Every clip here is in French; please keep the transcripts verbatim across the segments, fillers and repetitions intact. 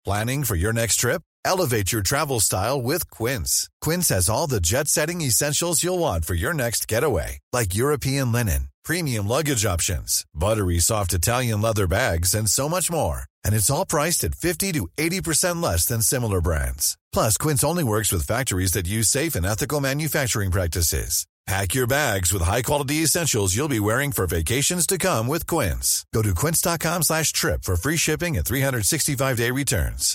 Planning for your next trip? Elevate your travel style with Quince. Quince has all the jet-setting essentials you'll want for your next getaway, like European linen, premium luggage options, buttery soft Italian leather bags, and so much more. And it's all priced at fifty to eighty percent less than similar brands. Plus, Quince only works with factories that use safe and ethical manufacturing practices. Pack your bags with high-quality essentials you'll be wearing for vacations to come with Quince. Go to quince.com slash trip for free shipping and three sixty-five day returns.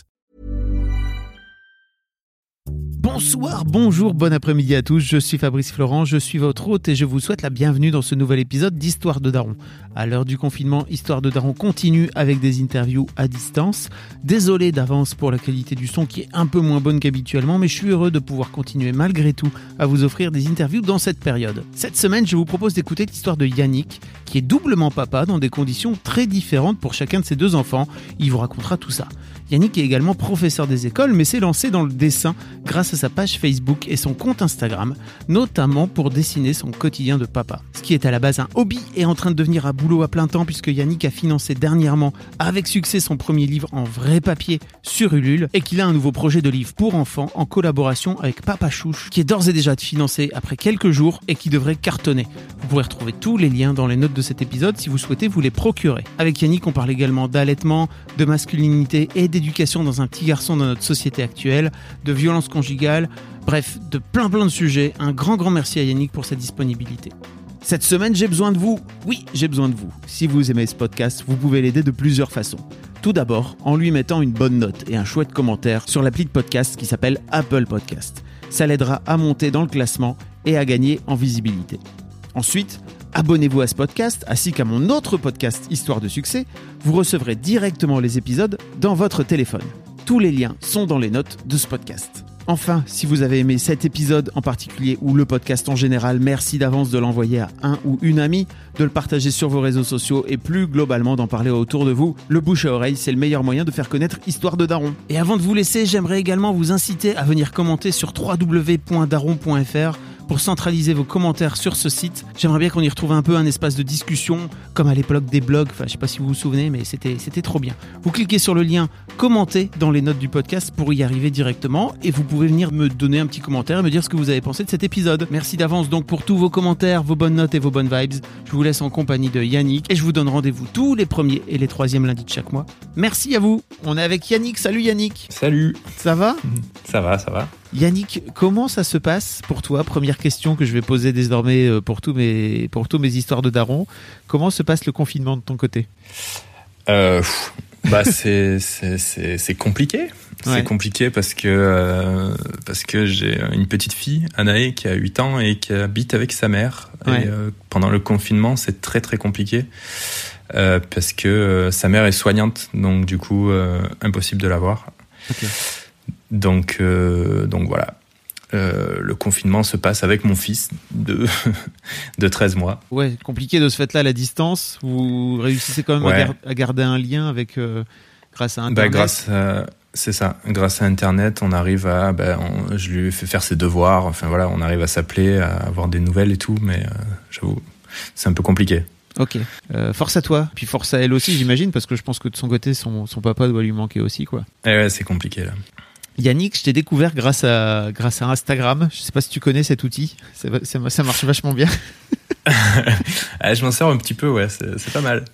Bonsoir, bonjour, bon après-midi à tous, je suis Fabrice Florent, je suis votre hôte et je vous souhaite la bienvenue dans ce nouvel épisode d'Histoire de Daron. À l'heure du confinement, Histoire de Daron continue avec des interviews à distance. Désolé d'avance pour la qualité du son qui est un peu moins bonne qu'habituellement, mais je suis heureux de pouvoir continuer malgré tout à vous offrir des interviews dans cette période. Cette semaine, je vous propose d'écouter l'histoire de Yannick, qui est doublement papa dans des conditions très différentes pour chacun de ses deux enfants. Il vous racontera tout ça. Yannick est également professeur des écoles, mais s'est lancé dans le dessin grâce à sa page Facebook et son compte Instagram, notamment pour dessiner son quotidien de papa. Ce qui est à la base un hobby est en train de devenir un boulot à plein temps puisque Yannick a financé dernièrement avec succès son premier livre en vrai papier sur Ulule et qu'il a un nouveau projet de livre pour enfants en collaboration avec Papa Chouche qui est d'ores et déjà financé après quelques jours et qui devrait cartonner. Vous pourrez retrouver tous les liens dans les notes de cet épisode si vous souhaitez vous les procurer. Avec Yannick, on parle également d'allaitement, de masculinité et d'éducation dans un petit garçon dans notre société actuelle, de violence conjugale, bref, de plein plein de sujets. Un grand grand merci à Yannick pour sa disponibilité. Cette semaine, j'ai besoin de vous. Oui, j'ai besoin de vous. Si vous aimez ce podcast, vous pouvez l'aider de plusieurs façons. Tout d'abord, en lui mettant une bonne note et un chouette commentaire sur l'appli de podcast qui s'appelle Apple Podcast. Ça l'aidera à monter dans le classement et à gagner en visibilité. Ensuite, abonnez-vous à ce podcast, ainsi qu'à mon autre podcast Histoire de succès. Vous recevrez directement les épisodes dans votre téléphone. Tous les liens sont dans les notes de ce podcast. Enfin, si vous avez aimé cet épisode en particulier ou le podcast en général, merci d'avance de l'envoyer à un ou une amie, de le partager sur vos réseaux sociaux et plus globalement d'en parler autour de vous. Le bouche à oreille, c'est le meilleur moyen de faire connaître Histoire de Daron. Et avant de vous laisser, j'aimerais également vous inciter à venir commenter sur w w w point daron point f r pour centraliser vos commentaires sur ce site. J'aimerais bien qu'on y retrouve un peu un espace de discussion, comme à l'époque des blogs. Enfin, je sais pas si vous vous souvenez, mais c'était, c'était trop bien. Vous cliquez sur le lien « Commenter » dans les notes du podcast pour y arriver directement et vous pouvez venir me donner un petit commentaire et me dire ce que vous avez pensé de cet épisode. Merci d'avance donc pour tous vos commentaires, vos bonnes notes et vos bonnes vibes. Je vous laisse en compagnie de Yannick et je vous donne rendez-vous tous les premiers et les troisièmes lundis de chaque mois. Merci à vous. On est avec Yannick. Salut Yannick. Salut. Ça va ? Ça va, ça va. Yannick, comment ça se passe pour toi ? Première question que je vais poser désormais pour tous mes, pour tous mes histoires de daron. Comment se passe le confinement de ton côté ? euh, bah c'est, c'est, c'est, c'est compliqué. Ouais. C'est compliqué parce que, euh, parce que j'ai une petite fille, Anaé, qui a huit ans et qui habite avec sa mère. Ouais. Et euh, pendant le confinement, c'est très très compliqué. Euh, parce que euh, sa mère est soignante, donc du coup, euh, impossible de la voir. Okay. Donc, euh, donc voilà, euh, le confinement se passe avec mon fils de, de treize mois. Ouais, compliqué de ce fait-là à la distance. Vous réussissez quand même ouais. à, gar- à garder un lien avec, euh, grâce à Internet. Bah, grâce à, c'est ça, grâce à Internet, on arrive à, bah, on, je lui fais faire ses devoirs, enfin voilà, on arrive à s'appeler, à avoir des nouvelles et tout, mais euh, j'avoue, c'est un peu compliqué. Ok, euh, force à toi, puis force à elle aussi j'imagine, parce que je pense que de son côté, son, son papa doit lui manquer aussi, quoi. Et ouais, c'est compliqué là. Yannick, je t'ai découvert grâce à, grâce à Instagram. Je sais pas si tu connais cet outil. Ça, ça, ça marche vachement bien. ah, je m'en sers un petit peu, ouais. C'est, c'est pas mal.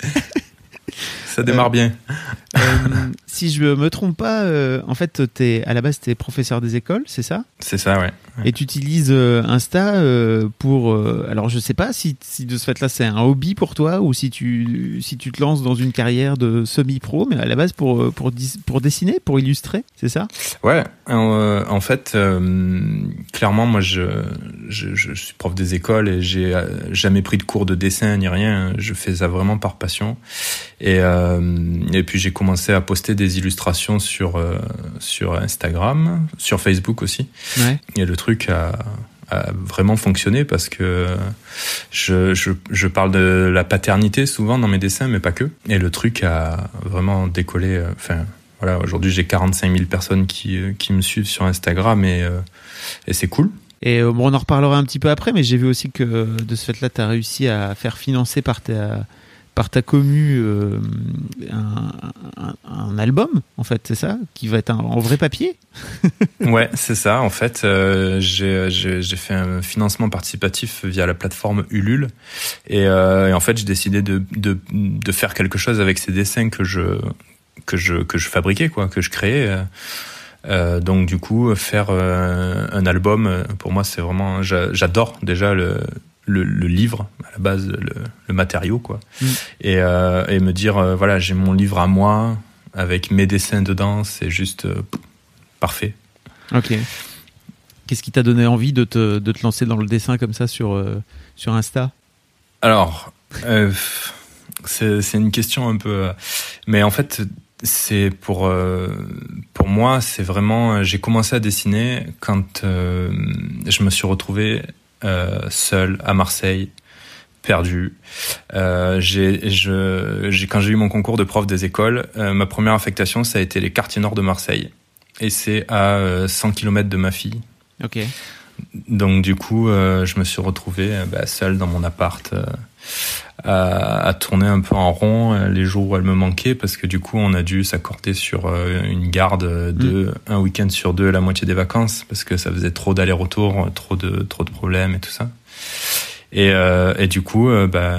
Ça démarre euh, bien. euh, si je me trompe pas, euh, en fait, t'es, à la base, tu es professeur des écoles, c'est ça ? C'est ça, ouais. ouais. Et tu utilises euh, Insta euh, pour... Euh, alors, je sais pas si, si de ce fait-là, c'est un hobby pour toi ou si tu, si tu te lances dans une carrière de semi-pro, mais à la base, pour, pour, pour dessiner, pour illustrer, c'est ça ? Ouais. Euh, en fait, euh, clairement, moi, je, je, je suis prof des écoles et j'ai jamais pris de cours de dessin ni rien. Je fais ça vraiment par passion. Et, euh, et puis j'ai commencé à poster des illustrations sur euh, sur Instagram, sur Facebook aussi. Ouais. Et le truc a, a vraiment fonctionné parce que je, je je parle de la paternité souvent dans mes dessins, mais pas que. Et le truc a vraiment décollé. Enfin voilà, aujourd'hui j'ai quarante-cinq mille personnes qui qui me suivent sur Instagram et euh, et c'est cool. Et euh, bon, on en reparlera un petit peu après, mais j'ai vu aussi que de ce fait-là, tu as réussi à faire financer par ta par ta commu euh, un, un, un album, en fait, c'est ça, qui va être un, en vrai papier. Ouais, c'est ça. En fait, euh, j'ai, j'ai, j'ai fait un financement participatif via la plateforme Ulule, et, euh, et en fait, j'ai décidé de, de, de faire quelque chose avec ces dessins que je que je que je fabriquais, quoi, que je créais. Euh, donc du coup, faire euh, un album, pour moi, c'est vraiment, j'adore déjà le Le, le livre à la base, le, le matériau, quoi. Mm. Et, euh, et me dire euh, voilà, j'ai mon livre à moi avec mes dessins dedans, c'est juste euh, parfait. Ok. Qu'est-ce qui t'a donné envie de te, de te lancer dans le dessin comme ça sur, euh, sur Insta? Alors, euh, c'est, c'est une question un peu, mais en fait, c'est pour euh, pour moi, c'est vraiment, j'ai commencé à dessiner quand euh, je me suis retrouvé Euh, seul à Marseille, perdu. Euh, j'ai, je, j'ai, quand j'ai eu mon concours de prof des écoles, euh, ma première affectation, ça a été les quartiers nord de Marseille. Et c'est à euh, cent kilomètres de ma fille. Ok. Donc du coup, euh, je me suis retrouvé euh, bah, seul dans mon appart euh, à, à tourner un peu en rond euh, les jours où elle me manquait, parce que du coup, on a dû s'accorder sur euh, une garde de mmh. un week-end sur deux, la moitié des vacances, parce que ça faisait trop d'aller-retour, trop de trop de problèmes et tout ça. Et, euh, et du coup, euh, bah,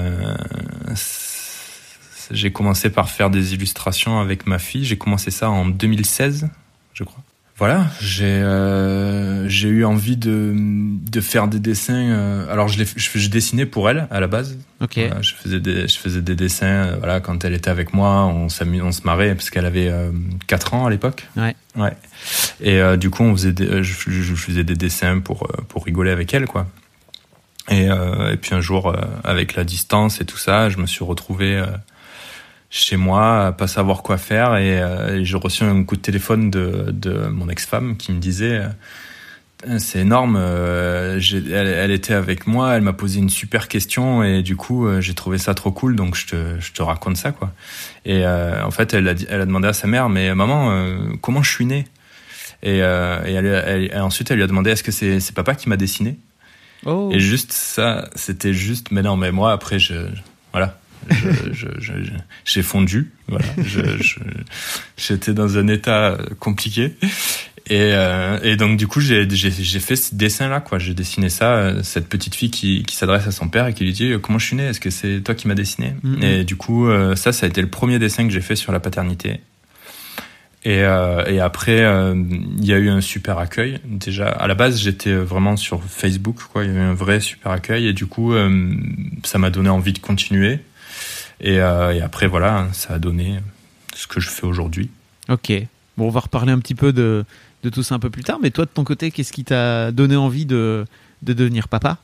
j'ai commencé par faire des illustrations avec ma fille. J'ai commencé ça en deux mille seize, je crois. Voilà, j'ai euh, j'ai eu envie de de faire des dessins. Euh, alors je, je je dessinais pour elle à la base. Ok. Voilà, je faisais des je faisais des dessins. Euh, voilà, quand elle était avec moi, on s'amusait, on se marrait parce qu'elle avait euh, quatre ans à l'époque. Ouais. Ouais. Et euh, du coup, on faisait des, je, je faisais des dessins pour pour rigoler avec elle, quoi. Et euh, et puis un jour, euh, avec la distance et tout ça, je me suis retrouvé euh, chez moi, à pas savoir quoi faire, et, euh, et j'ai reçu un coup de téléphone de, de mon ex-femme qui me disait euh, c'est énorme, euh, j'ai, elle, elle était avec moi, elle m'a posé une super question, et du coup euh, j'ai trouvé ça trop cool, donc je te, je te raconte ça, quoi. Et euh, en fait, elle a, dit, elle a demandé à sa mère, mais maman, euh, comment je suis né? Et, euh, et elle, elle, elle, ensuite elle lui a demandé, est-ce que c'est, c'est papa qui m'a dessiné? Oh. Et juste ça, c'était juste, mais non, mais moi après je, je voilà. Je, je, je, je, j'ai fondu, voilà. Je, je, j'étais dans un état compliqué, et, euh, et donc du coup j'ai, j'ai, j'ai fait ce dessin-là, quoi. J'ai dessiné ça, cette petite fille qui, qui s'adresse à son père et qui lui dit comment je suis né, est-ce que c'est toi qui m'as dessiné? Mm-hmm. Et du coup euh, ça, ça a été le premier dessin que j'ai fait sur la paternité. Et, euh, et après, il euh, y a eu un super accueil. Déjà, à la base, j'étais vraiment sur Facebook, quoi. Il y a eu un vrai super accueil, et du coup, euh, ça m'a donné envie de continuer. Et, euh, et après, voilà, ça a donné ce que je fais aujourd'hui. Ok. Bon, on va reparler un petit peu de, de tout ça un peu plus tard. Mais toi, de ton côté, qu'est-ce qui t'a donné envie de, de devenir papa?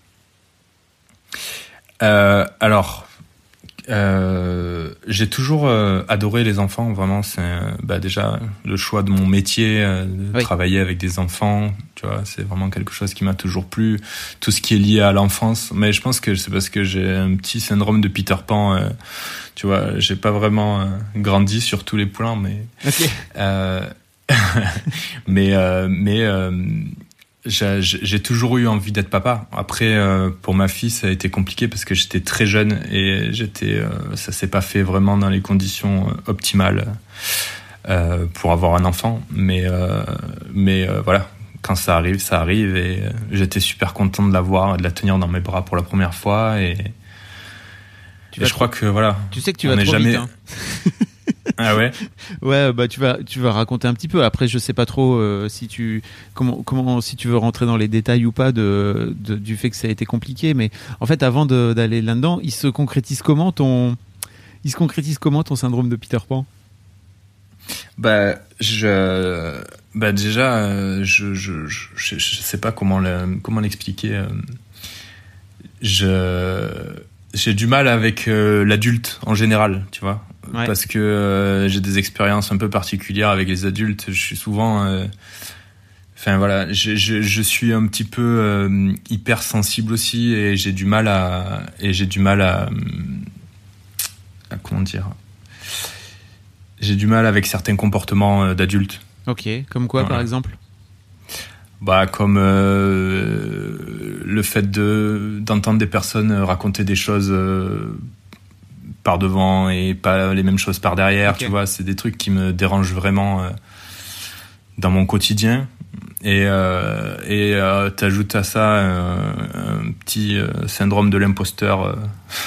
euh, Alors, euh, j'ai toujours euh, adoré les enfants. Vraiment, c'est euh, bah, déjà le choix de mon métier, euh, de oui. travailler avec des enfants. Tu vois, c'est vraiment quelque chose qui m'a toujours plu. Tout ce qui est lié à l'enfance. Mais je pense que c'est parce que j'ai un petit syndrome de Peter Pan. Euh, tu vois, j'ai pas vraiment euh, grandi sur tous les plans, mais okay. euh, mais euh, mais euh, j'ai, j'ai toujours eu envie d'être papa. Après, euh, pour ma fille, ça a été compliqué parce que j'étais très jeune, et j'étais, euh, ça s'est pas fait vraiment dans les conditions optimales euh, pour avoir un enfant. Mais euh, mais euh, voilà. Quand ça arrive, ça arrive, et j'étais super content de la voir, de la tenir dans mes bras pour la première fois, et, tu et je crois que voilà. Tu sais que tu vas trop jamais... vite. Hein. Ah ouais. Ouais, bah tu vas tu vas raconter un petit peu. Après, je sais pas trop euh, si tu comment comment si tu veux rentrer dans les détails ou pas de, de du fait que ça a été compliqué, mais en fait, avant de, d'aller là-dedans, il se concrétise comment ton il se concrétise comment ton syndrome de Peter Pan? Bah je bah déjà je je je je sais pas comment le, comment l'expliquer. Je j'ai du mal avec euh, l'adulte en général, tu vois, ouais. Parce que euh, j'ai des expériences un peu particulières avec les adultes. Je suis souvent euh, enfin voilà, je je je suis un petit peu euh, hyper sensible aussi, et j'ai du mal à et j'ai du mal à, à comment dire J'ai du mal avec certains comportements d'adultes. Ok, comme quoi, voilà. Par exemple? Bah, comme euh, le fait de d'entendre des personnes raconter des choses euh, par devant et pas les mêmes choses par derrière, okay. Tu vois, c'est des trucs qui me dérangent vraiment euh, dans mon quotidien. Et, euh, et euh, t'ajoutes à ça euh, un petit euh, syndrome de l'imposteur euh,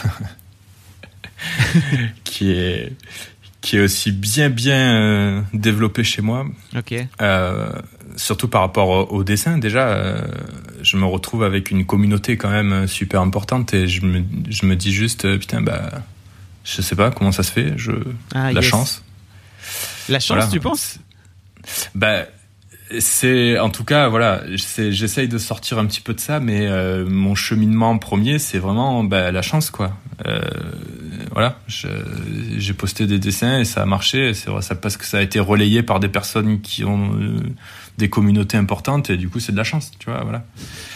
qui est qui est aussi bien bien euh, développé chez moi. Ok. Euh, surtout par rapport au, au dessin, déjà, euh, je me retrouve avec une communauté quand même super importante et je me je me dis juste euh, putain bah je sais pas comment ça se fait, je ah, la yes. chance. La chance, voilà. Tu penses? Bah c'est en tout cas voilà, c'est, j'essaye de sortir un petit peu de ça, mais euh, mon cheminement premier, c'est vraiment bah, la chance quoi. Euh, voilà, je, j'ai posté des dessins et ça a marché. Et c'est vrai, ça parce que ça a été relayé par des personnes qui ont euh, des communautés importantes et du coup c'est de la chance, tu vois, voilà.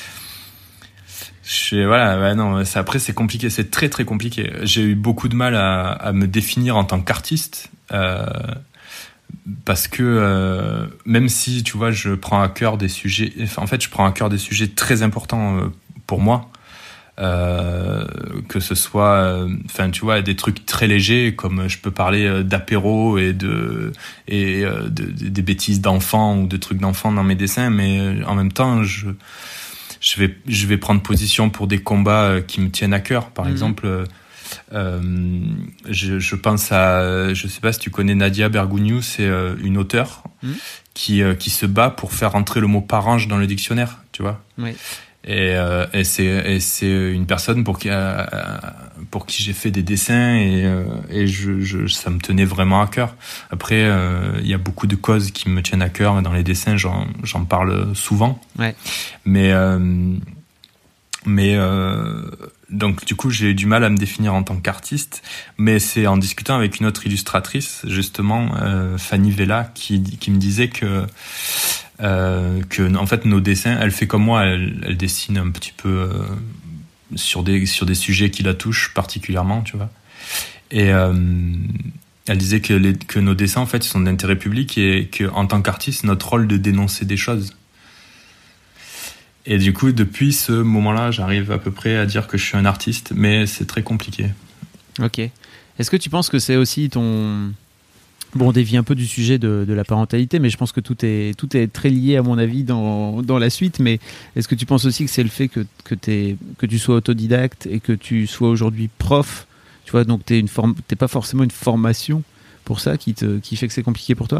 Je, voilà, ouais, non, ça, après c'est compliqué, c'est très très compliqué. J'ai eu beaucoup de mal à, à me définir en tant qu'artiste. Euh, Parce que euh, même si tu vois, je prends à cœur des sujets. Enfin, en fait, je prends à cœur des sujets très importants euh, pour moi, euh, que ce soit, enfin, euh, tu vois, des trucs très légers comme je peux parler d'apéro et de et euh, de, de, des bêtises d'enfants ou de trucs d'enfants dans mes dessins, mais en même temps, je je vais je vais prendre position pour des combats qui me tiennent à cœur. Par mmh. exemple. Euh, Euh, je, je pense à, je sais pas si tu connais Nadia Bergouniou, c'est euh, une auteure mmh. qui euh, qui se bat pour faire entrer le mot parange dans le dictionnaire, tu vois. Oui. Et, euh, et c'est et c'est une personne pour qui euh, pour qui j'ai fait des dessins et euh, et je, je ça me tenait vraiment à cœur. Après, il euh, y a beaucoup de causes qui me tiennent à cœur dans les dessins, j'en j'en parle souvent. Ouais. Mais euh, mais euh, donc du coup j'ai eu du mal à me définir en tant qu'artiste, mais c'est en discutant avec une autre illustratrice justement, euh, Fanny Vella, qui qui me disait que euh, que en fait nos dessins, elle fait comme moi, elle, elle dessine un petit peu euh, sur des sur des sujets qui la touchent particulièrement, tu vois. Et euh, elle disait que les que nos dessins en fait ils sont d'intérêt public et que en tant qu'artiste notre rôle de dénoncer des choses. Et du coup, depuis ce moment-là, j'arrive à peu près à dire que je suis un artiste, mais c'est très compliqué. Ok. Est-ce que tu penses que c'est aussi ton... Bon, on dévie un peu du sujet de, de la parentalité, mais je pense que tout est, tout est très lié, à mon avis, dans, dans la suite. Mais est-ce que tu penses aussi que c'est le fait que, que, t'es, que tu sois autodidacte et que tu sois aujourd'hui prof, tu vois, donc t'es une forme, t'es pas forcément une formation pour ça qui, te, qui fait que c'est compliqué pour toi ?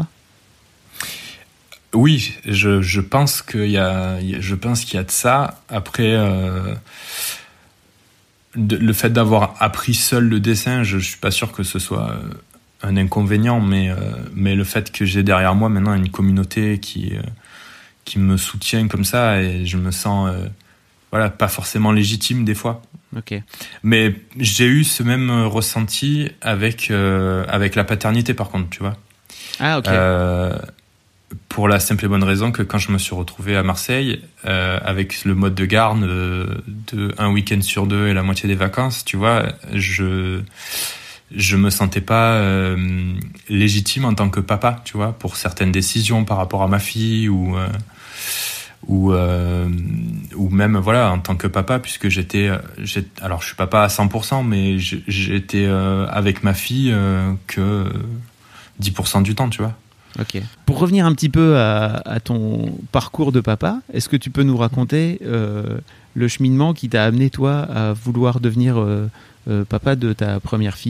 Oui, je, je pense qu'il y a, je pense qu'il y a de ça. Après, euh, de, le fait d'avoir appris seul le dessin, je, je suis pas sûr que ce soit un inconvénient, mais, euh, mais le fait que j'ai derrière moi maintenant une communauté qui, euh, qui me soutient comme ça, et je me sens, euh, voilà, pas forcément légitime des fois. Ok. Mais j'ai eu ce même ressenti avec, euh, avec la paternité, par contre, tu vois. Ah, ok. Euh, Pour la simple et bonne raison que quand je me suis retrouvé à Marseille, euh, avec le mode de garde euh, de un week-end sur deux et la moitié des vacances, tu vois, je je me sentais pas euh, légitime en tant que papa, tu vois, pour certaines décisions par rapport à ma fille ou euh, ou euh, ou même voilà en tant que papa, puisque j'étais, j'étais alors je suis papa à cent pour cent, mais j'étais euh, avec ma fille euh, que dix pour cent du temps, tu vois. Ok. Pour revenir un petit peu à, à ton parcours de papa, est-ce que tu peux nous raconter euh, le cheminement qui t'a amené, toi, à vouloir devenir euh, euh, papa de ta première fille ?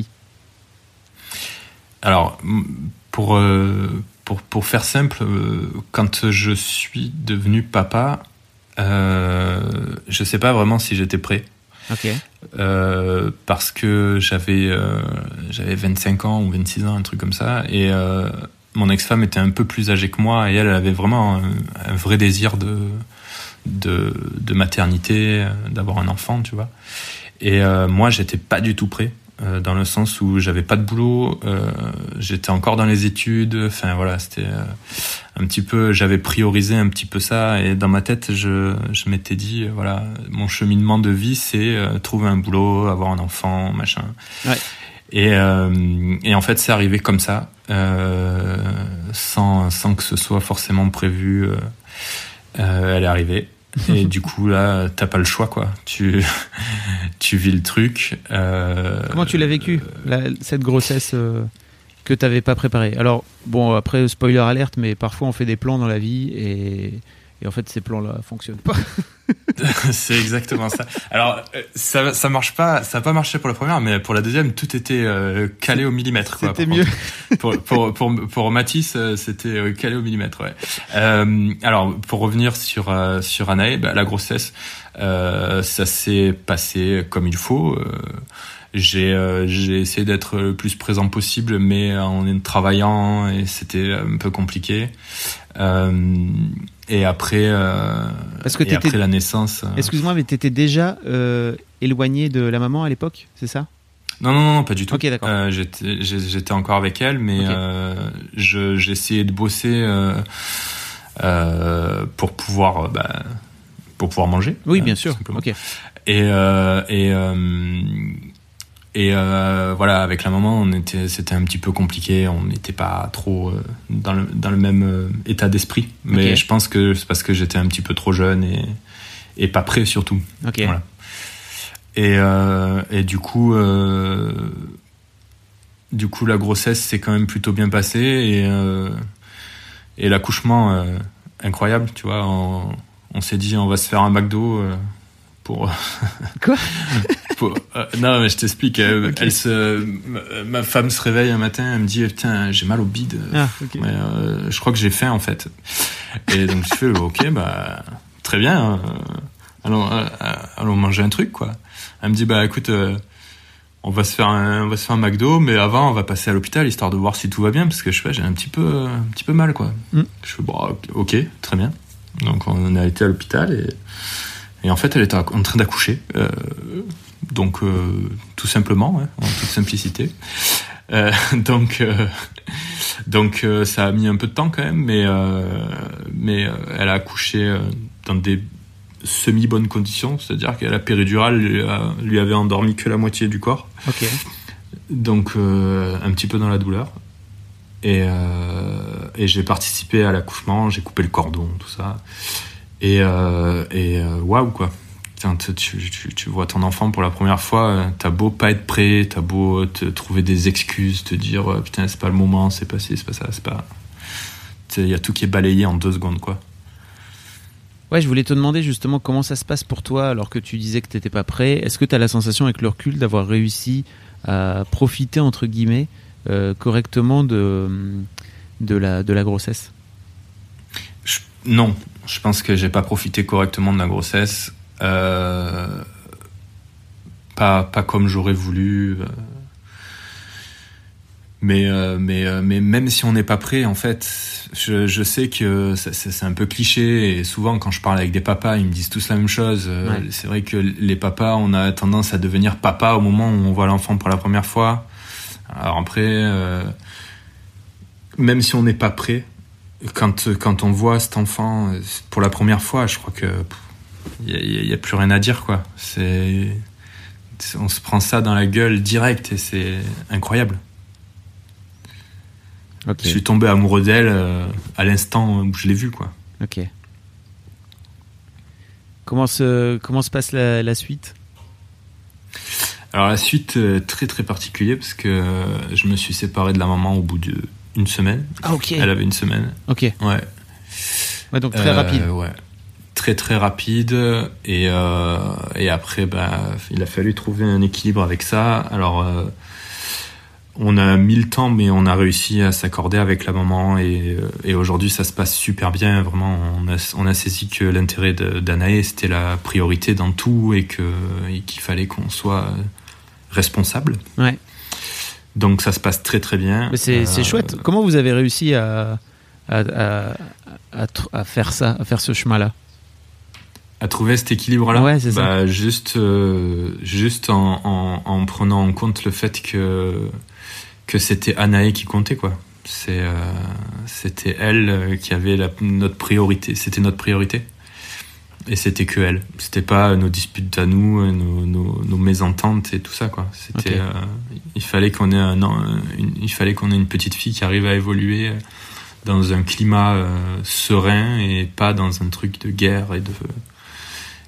Alors, pour, euh, pour, pour faire simple, euh, quand je suis devenu papa, euh, je ne sais pas vraiment si j'étais prêt. Ok. Euh, parce que j'avais, euh, j'avais vingt-cinq ans ou vingt-six ans, un truc comme ça, et... Euh, mon ex-femme était un peu plus âgée que moi et elle, elle avait vraiment un, un vrai désir de, de, de maternité, d'avoir un enfant, tu vois. Et euh, moi, j'étais pas du tout prêt, euh, dans le sens où j'avais pas de boulot, euh, j'étais encore dans les études, enfin voilà, c'était euh, un petit peu, j'avais priorisé un petit peu ça et dans ma tête, je, je m'étais dit, voilà, mon cheminement de vie, c'est euh, trouver un boulot, avoir un enfant, machin. Ouais. Et, euh, et en fait, c'est arrivé comme ça, euh, sans, sans que ce soit forcément prévu. Euh, euh, elle est arrivée. Et du coup, là, t'as pas le choix, quoi. Tu, tu vis le truc. Euh, Comment tu l'as vécu, la, cette grossesse euh, que t'avais pas préparée? Alors, bon, après, spoiler alerte, mais parfois on fait des plans dans la vie et, et en fait, ces plans-là fonctionnent pas. C'est exactement ça. Alors, ça, ça marche pas, ça a pas marché pour la première, mais pour la deuxième, tout était euh, calé au millimètre, quoi. C'était mieux. Pour, pour, pour, pour Mathis, c'était calé au millimètre, ouais. Euh, alors, pour revenir sur, euh, sur Anaé, bah, la grossesse, euh, ça s'est passé comme il faut. Euh, j'ai, euh, j'ai essayé d'être le plus présent possible, mais en travaillant, et c'était un peu compliqué. Euh, et après, euh, Parce que et après la naissance. Euh... Excuse-moi, mais t'étais déjà euh, éloigné de la maman à l'époque, c'est ça? Non, non, non, pas du tout. Ok, d'accord. Euh, j'étais, j'étais encore avec elle, mais okay. euh, je, j'ai essayé de bosser euh, euh, pour pouvoir, bah, pour pouvoir manger. Oui, euh, bien sûr. Ok. Et euh, et euh, Et euh, voilà, avec la maman, on était, c'était un petit peu compliqué. On n'était pas trop euh, dans le dans le même euh, état d'esprit. Mais okay. je pense que c'est parce que j'étais un petit peu trop jeune et et pas prêt surtout. Ok. Voilà. Et euh, et du coup, euh, du coup, la grossesse s'est quand même plutôt bien passée et euh, et l'accouchement euh, incroyable. Tu vois, on, on s'est dit, on va se faire un McDo. Euh, Pour... Quoi pour... euh, Non, mais je t'explique. Euh, okay. Elle se... Ma femme se réveille un matin, elle me dit putain, j'ai mal au bide. Ah, okay. Mais, euh, je crois que j'ai faim en fait. Et donc je fais ok, bah très bien. Euh, allons, euh, allons manger un truc quoi. Elle me dit bah écoute, euh, on va se faire un, on va se faire un McDo, mais avant on va passer à l'hôpital histoire de voir si tout va bien parce que je fais j'ai un petit peu, un petit peu mal quoi. Mm. Je fais bon ok, très bien. Donc on a été à l'hôpital et Et en fait, elle était en train d'accoucher, euh, donc euh, tout simplement, ouais, en toute simplicité. Euh, donc, euh, donc euh, ça a mis un peu de temps quand même, mais euh, mais euh, elle a accouché euh, dans des semi-bonnes conditions, c'est-à-dire que la péridurale lui, a, lui avait endormi que la moitié du corps. Ok. Donc euh, un petit peu dans la douleur. Et euh, et j'ai participé à l'accouchement, j'ai coupé le cordon, tout ça. Et euh, et waouh wow, quoi. Tu, tu, tu vois ton enfant pour la première fois, t'as beau pas être prêt, t'as beau te trouver des excuses, te dire putain c'est pas le moment, c'est pas ci, c'est pas ça, c'est pas. Il y a tout qui est balayé en deux secondes quoi. Ouais, je voulais te demander justement comment ça se passe pour toi alors que tu disais que t'étais pas prêt. Est-ce que t'as la sensation avec le recul d'avoir réussi à profiter entre guillemets euh, correctement de de la de la grossesse? je, Non. Je pense que j'ai pas profité correctement de la grossesse, euh, pas pas comme j'aurais voulu, euh, mais euh, mais euh, mais même si on n'est pas prêt, en fait, je je sais que c'est, c'est un peu cliché et souvent quand je parle avec des papas, ils me disent tous la même chose. Ouais. C'est vrai que les papas, on a tendance à devenir papa au moment où on voit l'enfant pour la première fois. Alors après, euh, même si on n'est pas prêt. Quand, quand on voit cet enfant pour la première fois, je crois que il y, y a plus rien à dire quoi. C'est, on se prend ça dans la gueule direct et c'est incroyable. Okay. Je suis tombé amoureux d'elle euh, à l'instant où je l'ai vue quoi. Ok. Comment se comment se passe la, la suite? Alors la suite euh, très très particulier parce que euh, je me suis séparé de la maman au bout de une semaine. Ah ok. Elle avait une semaine. Ok. Ouais. Ouais donc très euh, rapide. Ouais. Très très rapide et euh, et après bah il a fallu trouver un équilibre avec ça. Alors euh, on a mis le temps mais on a réussi à s'accorder avec la maman et et aujourd'hui ça se passe super bien vraiment. On a on a saisi que l'intérêt de, d'Anaé c'était la priorité dans tout et que et qu'il fallait qu'on soit responsable. Ouais. Donc ça se passe très très bien. Mais c'est, euh, c'est chouette. Comment vous avez réussi à, à, à, à, à faire ça, à faire ce chemin-là? À trouver cet équilibre-là? Ouais, c'est bah, ça. Juste, euh, juste en, en, en prenant en compte le fait que, que c'était Anaé qui comptait, quoi. C'est, euh, c'était elle qui avait la, notre priorité. C'était notre priorité. Et c'était que elle. C'était pas nos disputes à nous, nos, nos, nos mésententes et tout ça, quoi. C'était, okay. euh, il fallait qu'on ait un, une, il fallait qu'on ait une petite fille qui arrive à évoluer dans un climat euh, serein et pas dans un truc de guerre et de,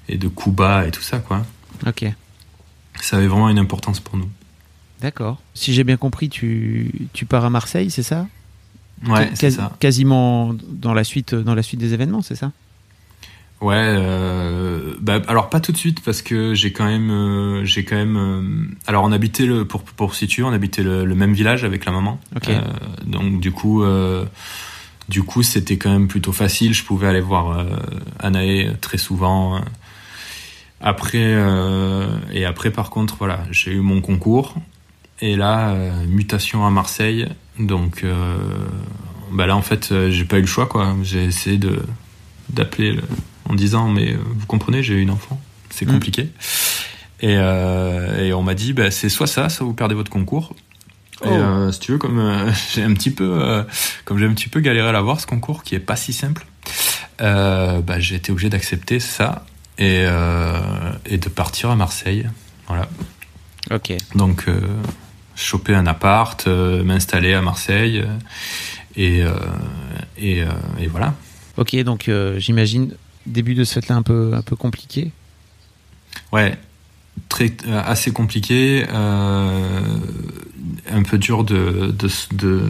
et de coups bas et tout ça, quoi. Ok. Ça avait vraiment une importance pour nous. D'accord. Si j'ai bien compris, tu, tu pars à Marseille, c'est ça ? Ouais, Qu- c'est quas- ça. Quasiment dans la suite, dans la suite des événements, c'est ça ? Ouais, euh, bah, alors pas tout de suite parce que j'ai quand même, euh, j'ai quand même. Euh, alors on habitait le, pour pour situer, on habitait le, le même village avec la maman. Ok. Euh, donc du coup, euh, du coup c'était quand même plutôt facile. Je pouvais aller voir euh, Anaë très souvent. Après euh, et après par contre voilà, j'ai eu mon concours et là euh, mutation à Marseille. Donc euh, bah là en fait euh, j'ai pas eu le choix quoi. J'ai essayé de d'appeler le, en disant mais euh, vous comprenez j'ai eu une enfant, c'est compliqué. Mmh. Et, euh, et on m'a dit bah, c'est soit ça, soit vous perdez votre concours. Oh. Et euh, si tu veux comme euh, j'ai un petit peu euh, comme j'ai un petit peu galéré à l'avoir ce concours qui est pas si simple, euh, bah, j'ai été obligé d'accepter ça et euh, et de partir à Marseille. Voilà. Ok. Donc euh, choper un appart, euh, m'installer à Marseille euh, et euh, et, euh, et voilà. Ok, donc euh, j'imagine début de ce fait-là un peu un peu compliqué. Ouais, très euh, assez compliqué, euh, un peu dur de de de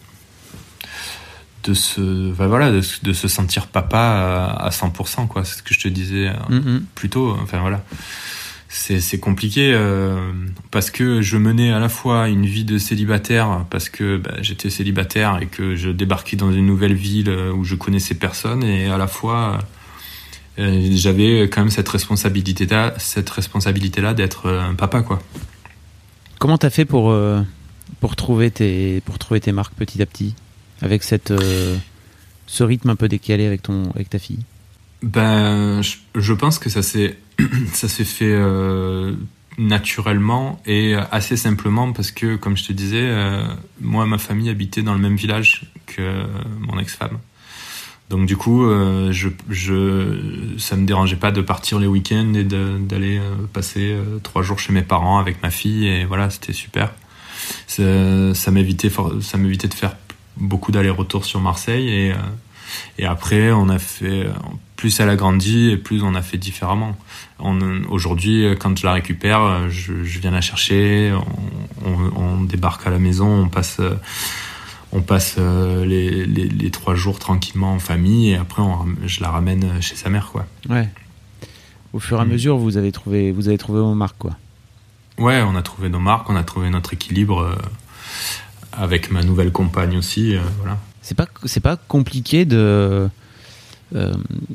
de se enfin, voilà de, de se sentir papa à, à cent pour cent quoi. C'est ce que je te disais mm-hmm. plus tôt. Enfin voilà. C'est, c'est compliqué euh, parce que je menais à la fois une vie de célibataire parce que bah, j'étais célibataire et que je débarquais dans une nouvelle ville où je connaissais personne et à la fois euh, j'avais quand même cette responsabilité-là, cette responsabilité-là d'être un papa quoi. Comment t'as fait pour euh, pour trouver tes pour trouver tes marques petit à petit avec cette euh, ce rythme un peu décalé avec ton avec ta fille? Ben je, je pense que ça s'est ça s'est fait euh, naturellement et assez simplement parce que, comme je te disais, euh, moi, ma famille habitait dans le même village que mon ex-femme. Donc du coup, euh, je, je, ça me dérangeait pas de partir les week-ends et de, d'aller euh, passer euh, trois jours chez mes parents avec ma fille et voilà, c'était super. Ça, ça m'évitait, ça m'évitait de faire beaucoup d'allers-retours sur Marseille et euh, et après, on a fait, plus elle a grandi et plus on a fait différemment. On, aujourd'hui, quand je la récupère, je, je viens la chercher, on, on, on débarque à la maison, on passe, on passe les, les, les trois jours tranquillement en famille et après, on, je la ramène chez sa mère, quoi. Ouais. Au fur et à mesure, vous avez trouvé, vous avez trouvé vos marques, quoi. Ouais, on a trouvé nos marques, on a trouvé notre équilibre euh, avec ma nouvelle compagne aussi, euh, voilà. C'est pas, c'est pas compliqué de, euh,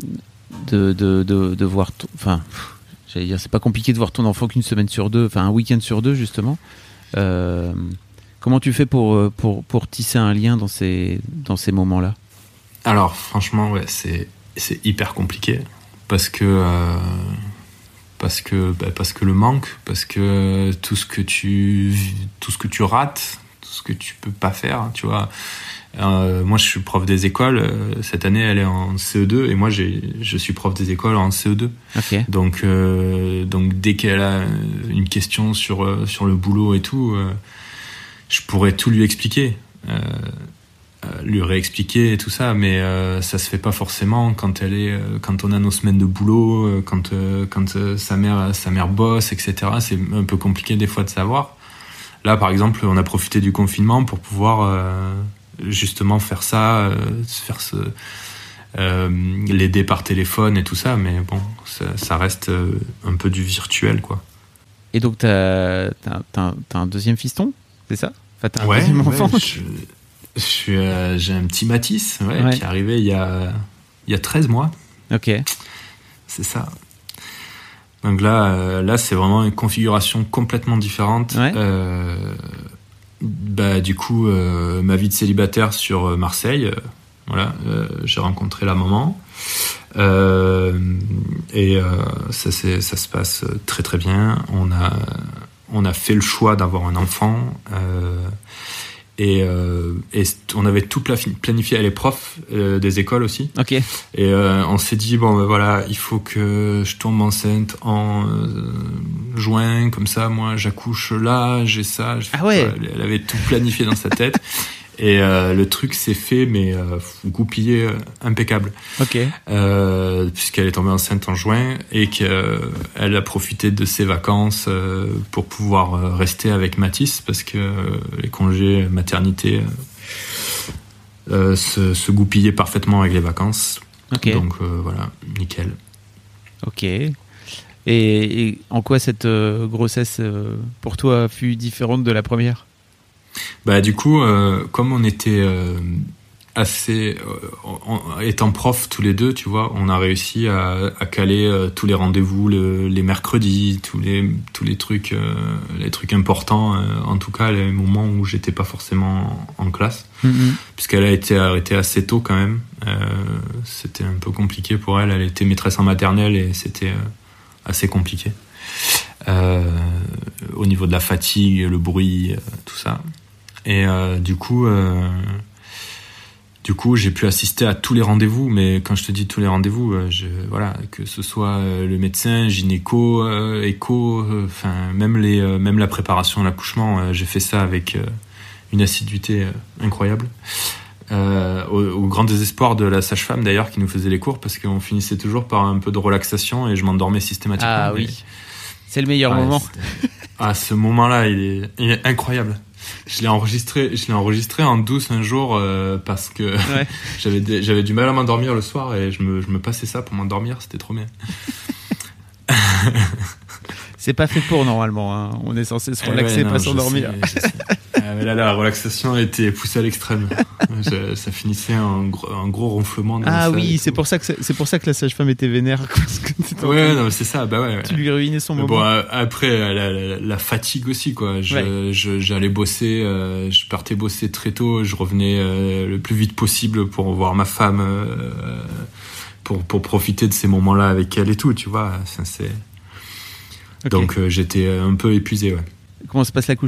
de, de, de, de voir, ton, enfin, j'allais dire, c'est pas compliqué de voir ton enfant qu'une semaine sur deux, enfin un week-end sur deux justement. Euh, comment tu fais pour, pour, pour tisser un lien dans ces, dans ces moments-là ? Alors franchement, ouais, c'est, c'est hyper compliqué parce que, euh, parce que, bah, parce que le manque, parce que tout ce que tu, tout ce que tu rates, tout ce que tu peux pas faire, tu vois. Euh, moi, je suis prof des écoles. Euh, cette année, elle est en C E deux et moi, j'ai, je suis prof des écoles en C E deux. Okay. Donc, euh, donc, dès qu'elle a une question sur euh, sur le boulot et tout, euh, je pourrais tout lui expliquer, euh, euh, lui réexpliquer et tout ça. Mais euh, ça se fait pas forcément quand elle est, euh, quand on a nos semaines de boulot, euh, quand euh, quand euh, sa mère sa mère bosse, et cetera. C'est un peu compliqué des fois de savoir. Là, par exemple, on a profité du confinement pour pouvoir euh, justement faire ça, euh, faire ce, euh, l'aider par téléphone et tout ça, mais bon, ça, ça reste euh, un peu du virtuel, quoi. Et donc, t'as, t'as, t'as, t'as un deuxième fiston, c'est ça ? Enfin, t'as un ouais, deuxième enfant. Ouais, je, je suis, euh, j'ai un petit Mathis ouais, ouais. qui est arrivé il y a, il y a treize mois. Ok. C'est ça. Donc là, euh, là, c'est vraiment une configuration complètement différente. Ouais. Euh, bah, du coup, euh, ma vie de célibataire sur Marseille, euh, voilà, euh, j'ai rencontré la maman. Euh, et euh, ça, c'est, ça se passe très très bien. On a, on a fait le choix d'avoir un enfant. Euh, Et, euh, et on avait tout planifié. Elle est prof euh, des écoles aussi. Ok. Et euh, on s'est dit bon ben voilà, il faut que je tombe enceinte en euh, juin, comme ça moi j'accouche là, j'ai ça. Ah ouais. Elle, elle avait tout planifié dans sa tête. Et euh, le truc s'est fait, mais euh, goupillé, euh, impeccable. Ok. Euh, puisqu'elle est tombée enceinte en juin et qu'elle a profité de ses vacances euh, pour pouvoir rester avec Mathis, parce que euh, les congés maternité euh, euh, se, se goupillaient parfaitement avec les vacances. Ok. Donc euh, voilà, nickel. Ok. Et, et en quoi cette euh, grossesse euh, pour toi fut différente de la première ? Bah du coup, euh, comme on était euh, assez, euh, en, étant profs tous les deux, tu vois, on a réussi à, à caler euh, tous les rendez-vous le, les mercredis, tous les tous les trucs, euh, les trucs importants. Euh, en tout cas, les moments où j'étais pas forcément en, en classe, mm-hmm. puisqu'elle a été arrêtée assez tôt quand même. Euh, c'était un peu compliqué pour elle. Elle était maîtresse en maternelle et c'était euh, assez compliqué. Euh, au niveau de la fatigue, le bruit, euh, tout ça. Et euh, du coup, euh, du coup, j'ai pu assister à tous les rendez-vous. Mais quand je te dis tous les rendez-vous, euh, je, voilà, que ce soit euh, le médecin, gynéco, euh, écho, enfin euh, même les, euh, même la préparation à l'accouchement, euh, j'ai fait ça avec euh, une assiduité euh, incroyable. Euh, au, au grand désespoir de la sage-femme d'ailleurs qui nous faisait les cours, parce qu'on finissait toujours par un peu de relaxation et je m'endormais systématiquement. Ah oui, mais... c'est le meilleur ouais, moment. Ah, ce moment-là, il est, il est incroyable. Je l'ai enregistré, je l'ai enregistré en douce un jour euh, parce que ouais. j'avais, j'avais du mal à m'endormir le soir et je me, je me passais ça pour m'endormir, c'était trop bien. C'est pas fait pour normalement, hein. On est censé se relaxer, ouais, non, pas s'endormir. Sais, sais. Ah, mais là, là, la relaxation a été poussée à l'extrême. je, ça finissait en gros, un gros ronflement. Dans ah oui, c'est pour ça que c'est, c'est pour ça que la sage-femme était vénère. Parce que ouais, non, c'est ça. Bah ouais. ouais. Tu lui ruinais son mais moment. Bon, après, la, la, la fatigue aussi, quoi. Je, ouais. je, j'allais bosser, euh, je partais bosser très tôt, je revenais euh, le plus vite possible pour voir ma femme, euh, pour pour profiter de ces moments-là avec elle et tout, tu vois. Ça, c'est Okay. Donc euh, j'étais un peu épuisé, ouais. Comment se passe l'accouchement ?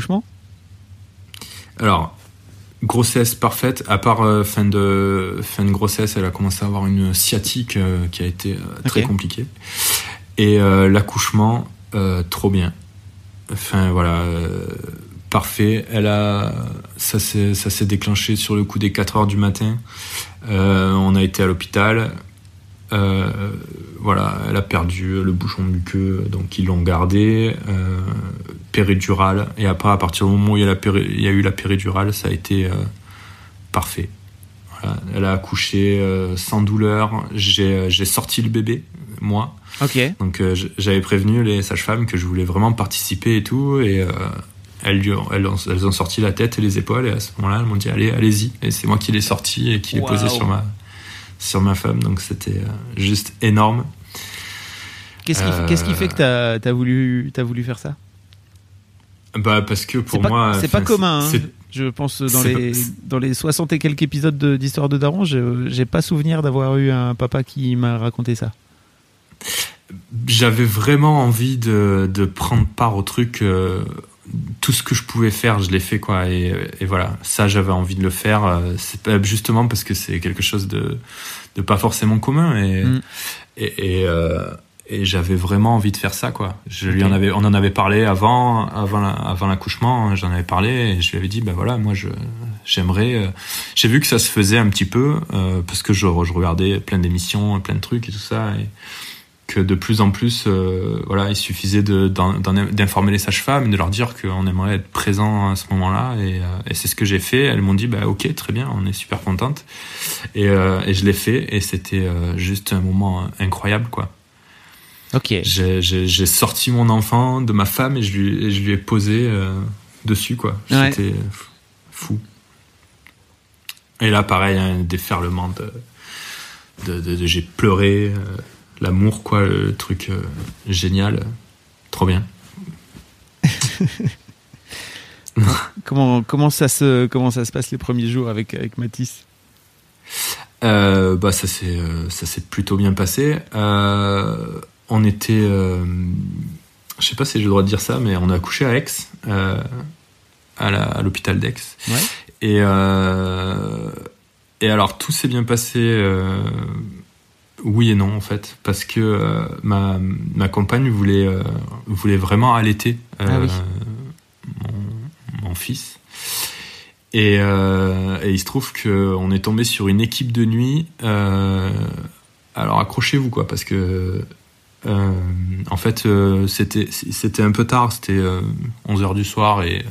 Alors, grossesse parfaite, à part euh, fin, de, fin de grossesse, elle a commencé à avoir une sciatique euh, qui a été euh, très okay. compliquée. Et euh, l'accouchement, euh, trop bien. Enfin voilà, euh, parfait. Elle a, ça, s'est, ça s'est déclenché sur le coup des quatre heures du matin. Euh, on a été à l'hôpital. Euh, voilà, elle a perdu le bouchon muqueux, donc ils l'ont gardé, euh, péridurale, et après à partir du moment où il y a, la péri- il y a eu la péridurale, ça a été euh, parfait. Voilà, elle a accouché euh, sans douleur, j'ai, j'ai sorti le bébé, moi. Okay. Donc euh, j'avais prévenu les sages-femmes que je voulais vraiment participer et tout, et euh, elles, lui ont, elles, ont, elles ont sorti la tête et les épaules, et à ce moment-là, elles m'ont dit allez, allez-y, et c'est moi qui l'ai sorti et qui l'ai wow. posé sur ma... sur ma femme, donc c'était euh, juste énorme. Qu'est-ce qui, euh... qu'est-ce qui fait que t'as, t'as, voulu, t'as voulu faire ça ? Bah parce que pour c'est moi... Pas, c'est pas commun, hein. Je pense dans les, pas... dans les soixante et quelques épisodes de, d'Histoire de Daron, je, j'ai pas souvenir d'avoir eu un papa qui m'a raconté ça. J'avais vraiment envie de, de prendre part au truc... Euh, tout ce que je pouvais faire, je l'ai fait, quoi. Et, et voilà, ça, j'avais envie de le faire. C'est justement parce que c'est quelque chose de, de pas forcément commun. Et, mm. et, et, euh, et j'avais vraiment envie de faire ça, quoi. Je okay. lui en avais, on en avait parlé avant, avant, la, avant l'accouchement. J'en avais parlé et je lui avais dit, ben voilà, moi, je, j'aimerais. Euh, j'ai vu que ça se faisait un petit peu euh, parce que je, je regardais plein d'émissions, plein de trucs et tout ça. Et, que de plus en plus, euh, voilà, il suffisait de, d'en, d'informer les sages-femmes et de leur dire qu'on aimerait être présent à ce moment-là. Et, euh, et c'est ce que j'ai fait. Elles m'ont dit, bah ok, très bien, on est super contente. Et, euh, et je l'ai fait. Et c'était euh, juste un moment incroyable, quoi. Ok. J'ai, j'ai, j'ai sorti mon enfant de ma femme et je lui, et je lui ai posé euh, dessus, quoi. Ouais. C'était fou. Et là, pareil, un déferlement de, de, de, de j'ai pleuré. Euh, L'amour, quoi, le truc euh, génial, euh, trop bien. comment, comment, ça se, comment ça se passe les premiers jours avec, avec Mathis ? euh, bah, ça, s'est, euh, ça s'est plutôt bien passé. Euh, on était... Euh, je sais pas si j'ai le droit de dire ça, mais on a accouché à Aix, euh, à, la, à l'hôpital d'Aix. Ouais. Et, euh, et alors, tout s'est bien passé... Euh, Oui et non en fait, parce que euh, ma ma compagne voulait euh, voulait vraiment allaiter euh, ah oui. mon, mon fils Et, euh, et il se trouve qu'on est tombé sur une équipe de nuit. Euh, alors accrochez-vous, quoi, parce que euh, en fait, euh, c'était, c'était un peu tard, c'était euh, onze heures du soir et,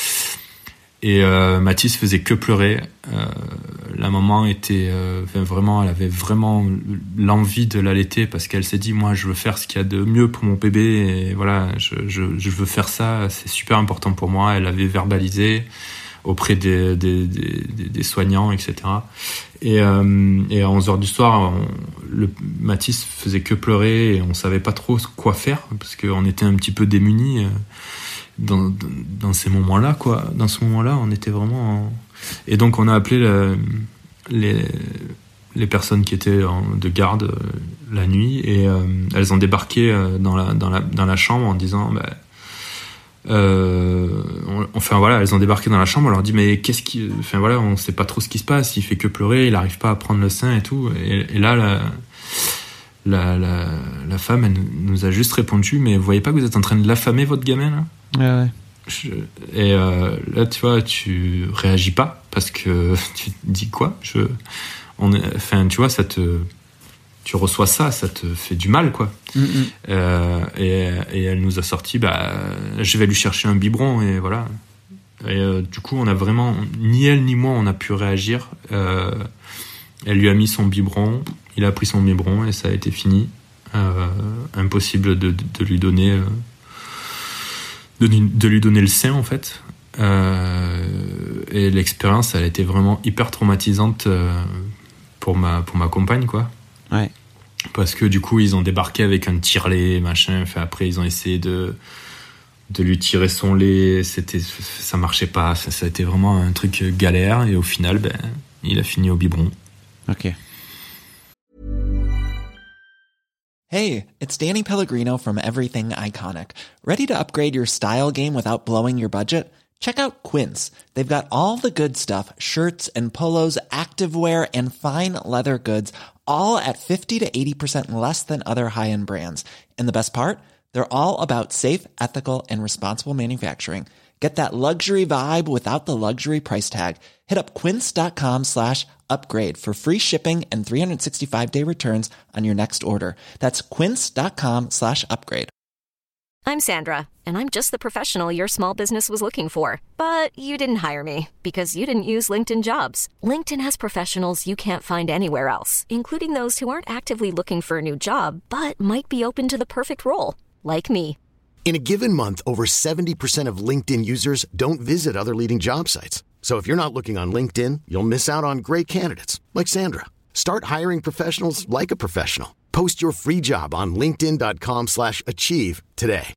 et euh, Mathis faisait que pleurer. Euh, la maman était euh, vraiment, elle avait vraiment l'envie de l'allaiter parce qu'elle s'est dit, moi, je veux faire ce qu'il y a de mieux pour mon bébé et voilà, je, je, je veux faire ça, c'est super important pour moi. Elle avait verbalisé auprès des, des, des, des soignants, et cetera. Et, euh, et à onze heures du soir, on, le Mathis faisait que pleurer et on savait pas trop quoi faire parce qu'on était un petit peu démunis dans, dans ces moments-là, quoi. Dans ce moment-là, on était vraiment... En... Et donc, on a appelé le, les, les personnes qui étaient en, de garde la nuit et euh, elles ont débarqué dans la, dans la, dans la chambre en disant... Bah, Euh, on, enfin voilà, elles ont débarqué dans la chambre, on leur dit mais qu'est-ce qui, enfin voilà, on sait pas trop ce qui se passe, il fait que pleurer, il arrive pas à prendre le sein et tout, et, et là la, la la la femme elle nous a juste répondu mais vous voyez pas que vous êtes en train de l'affamer votre gamin là? Ouais, ouais. Je, et euh, là tu vois, tu réagis pas parce que tu te dis quoi, je, on est, enfin tu vois ça te tu reçois ça, ça te fait du mal, quoi. Mm-hmm. Euh, et, et elle nous a sorti, bah, je vais lui chercher un biberon, et voilà. Et euh, du coup, on a vraiment, ni elle ni moi, on a pu réagir. Euh, elle lui a mis son biberon, il a pris son biberon, et ça a été fini. Euh, impossible de, de, de lui donner, euh, de, de lui donner le sein, en fait. Euh, et l'expérience, elle a été vraiment hyper traumatisante euh, pour ma, pour ma compagne, quoi. Ouais. Parce que du coup, ils ont débarqué avec un tire-lait, machin. Enfin, après, ils ont essayé de, de lui tirer son lait. C'était, ça marchait pas. Ça, ça a été vraiment un truc galère. Et au final, ben, il a fini au biberon. Ok. Hey, it's Danny Pellegrino from Everything Iconic. Ready to upgrade your style game without blowing your budget? Check out Quince. They've got all the good stuff, shirts and polos, activewear, and fine leather goods, all at fifty to eighty percent less than other high-end brands. And the best part? They're all about safe, ethical, and responsible manufacturing. Get that luxury vibe without the luxury price tag. Hit up quince.com slash upgrade for free shipping and three sixty-five day returns on your next order. That's quince.com slash upgrade. I'm Sandra, and I'm just the professional your small business was looking for. But you didn't hire me because you didn't use LinkedIn Jobs. LinkedIn has professionals you can't find anywhere else, including those who aren't actively looking for a new job, but might be open to the perfect role, like me. In a given month, over seventy percent of LinkedIn users don't visit other leading job sites. So if you're not looking on LinkedIn, you'll miss out on great candidates like Sandra. Start hiring professionals like a professional. Post your free job on linkedin.com slash achieve today.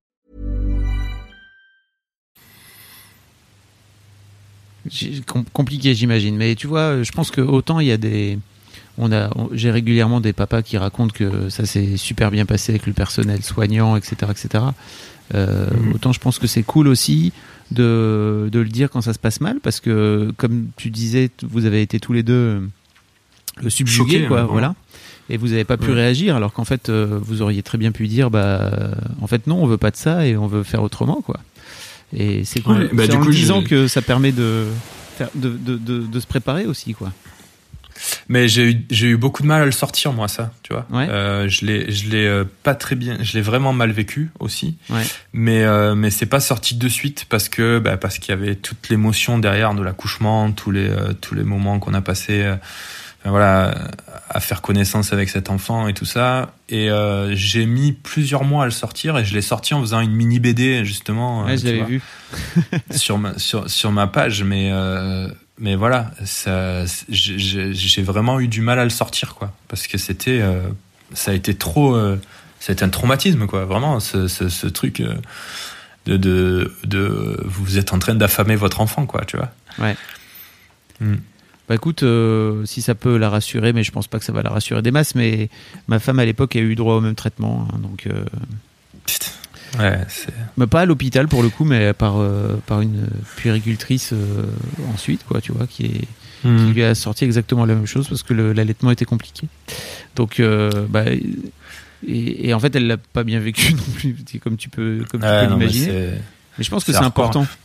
Compliqué, j'imagine. Mais tu vois, je pense que autant il y a des... On a, on, j'ai régulièrement des papas qui racontent que ça s'est super bien passé avec le personnel soignant, et cetera, et cetera. Euh, mmh. Autant je pense que c'est cool aussi de, de le dire quand ça se passe mal, parce que comme tu disais, vous avez été tous les deux subjugués, Choqué, quoi, hein, voilà. Et vous n'avez pas pu ouais. réagir, alors qu'en fait, euh, vous auriez très bien pu dire, bah, en fait, non, on veut pas de ça et on veut faire autrement, quoi. Et c'est, ouais, bah, c'est en coup, disant j'ai... que ça permet de, de, de, de, de se préparer aussi, quoi. Mais j'ai eu, j'ai eu beaucoup de mal à le sortir, moi, ça, tu vois. Ouais. Euh, je l'ai, je l'ai euh, pas très bien, je l'ai vraiment mal vécu aussi. Ouais. Mais, euh, mais c'est pas sorti de suite parce que, bah, parce qu'il y avait toute l'émotion derrière de l'accouchement, tous les, euh, tous les moments qu'on a passés, euh, enfin, voilà, à faire connaissance avec cet enfant et tout ça. Et euh, j'ai mis plusieurs mois à le sortir et je l'ai sorti en faisant une mini B D, justement. Ouais, euh, je l'avais vu. sur ma, sur, sur ma page, mais, euh, mais voilà, ça, j'ai, j'ai vraiment eu du mal à le sortir, quoi, parce que c'était, euh, ça a été trop, euh, ça a été un traumatisme, quoi, vraiment, ce, ce, ce truc euh, de, de, de, vous êtes en train d'affamer votre enfant, quoi, tu vois. Ouais. Mm. Bah écoute, euh, si ça peut la rassurer, mais je pense pas que ça va la rassurer des masses, mais ma femme à l'époque a eu droit au même traitement, hein, donc. Euh... Putain. Ouais, c'est... Mais pas à l'hôpital pour le coup, mais par, euh, par une puéricultrice euh, ensuite, quoi, tu vois, qui, est, mmh. qui lui a sorti exactement la même chose parce que le, l'allaitement était compliqué. Donc, euh, bah, et, et en fait, elle l'a pas bien vécu non plus, comme tu peux, comme tu ouais, peux non, l'imaginer. Mais, mais je pense que c'est, c'est important.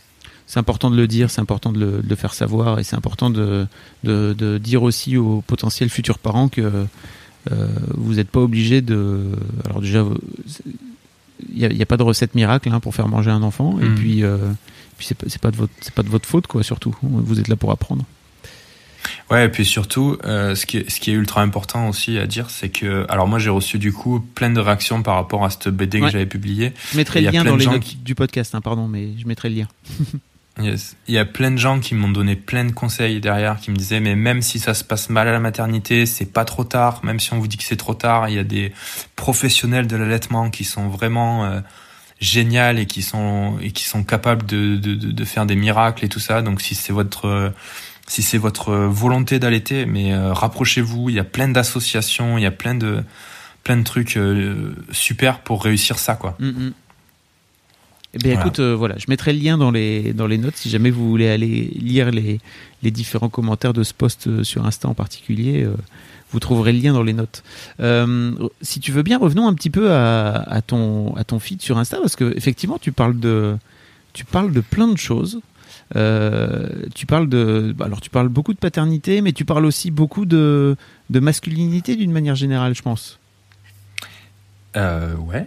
c'est important de le dire, c'est important de le, de le faire savoir, et c'est important de, de, de dire aussi aux potentiels futurs parents que euh, vous n'êtes pas obligé de... Alors déjà, il n'y a, a pas de recette miracle hein, pour faire manger un enfant, mmh. et puis, euh, puis c'est, c'est, pas de votre, c'est pas de votre faute, quoi, surtout. Vous êtes là pour apprendre. Ouais, et puis surtout, euh, ce, qui est, ce qui est ultra important aussi à dire, c'est que... Alors moi, j'ai reçu du coup plein de réactions par rapport à cette B D ouais. que j'avais publiée. Je mettrai le lien dans les notes qui... du podcast, hein, pardon, mais je mettrai le lien. Yes. Il y a plein de gens qui m'ont donné plein de conseils derrière, qui me disaient mais même si ça se passe mal à la maternité, c'est pas trop tard, même si on vous dit que c'est trop tard, il y a des professionnels de l'allaitement qui sont vraiment euh, géniaux et qui sont et qui sont capables de, de de de faire des miracles et tout ça. Donc si c'est votre euh, si c'est votre volonté d'allaiter, mais euh, rapprochez-vous, il y a plein d'associations, il y a plein de plein de trucs euh, super pour réussir ça quoi. Mm-hmm. Eh bien, voilà. écoute, euh, voilà, je mettrai le lien dans les, dans les notes si jamais vous voulez aller lire les, les différents commentaires de ce post sur Insta en particulier. Euh, vous trouverez le lien dans les notes. Euh, si tu veux bien, revenons un petit peu à, à, ton, à ton feed sur Insta, parce qu'effectivement, tu parles de, tu parles de plein de choses. Euh, tu parles de, alors tu parles beaucoup de paternité, mais tu parles aussi beaucoup de, de masculinité d'une manière générale, je pense. Euh, ouais.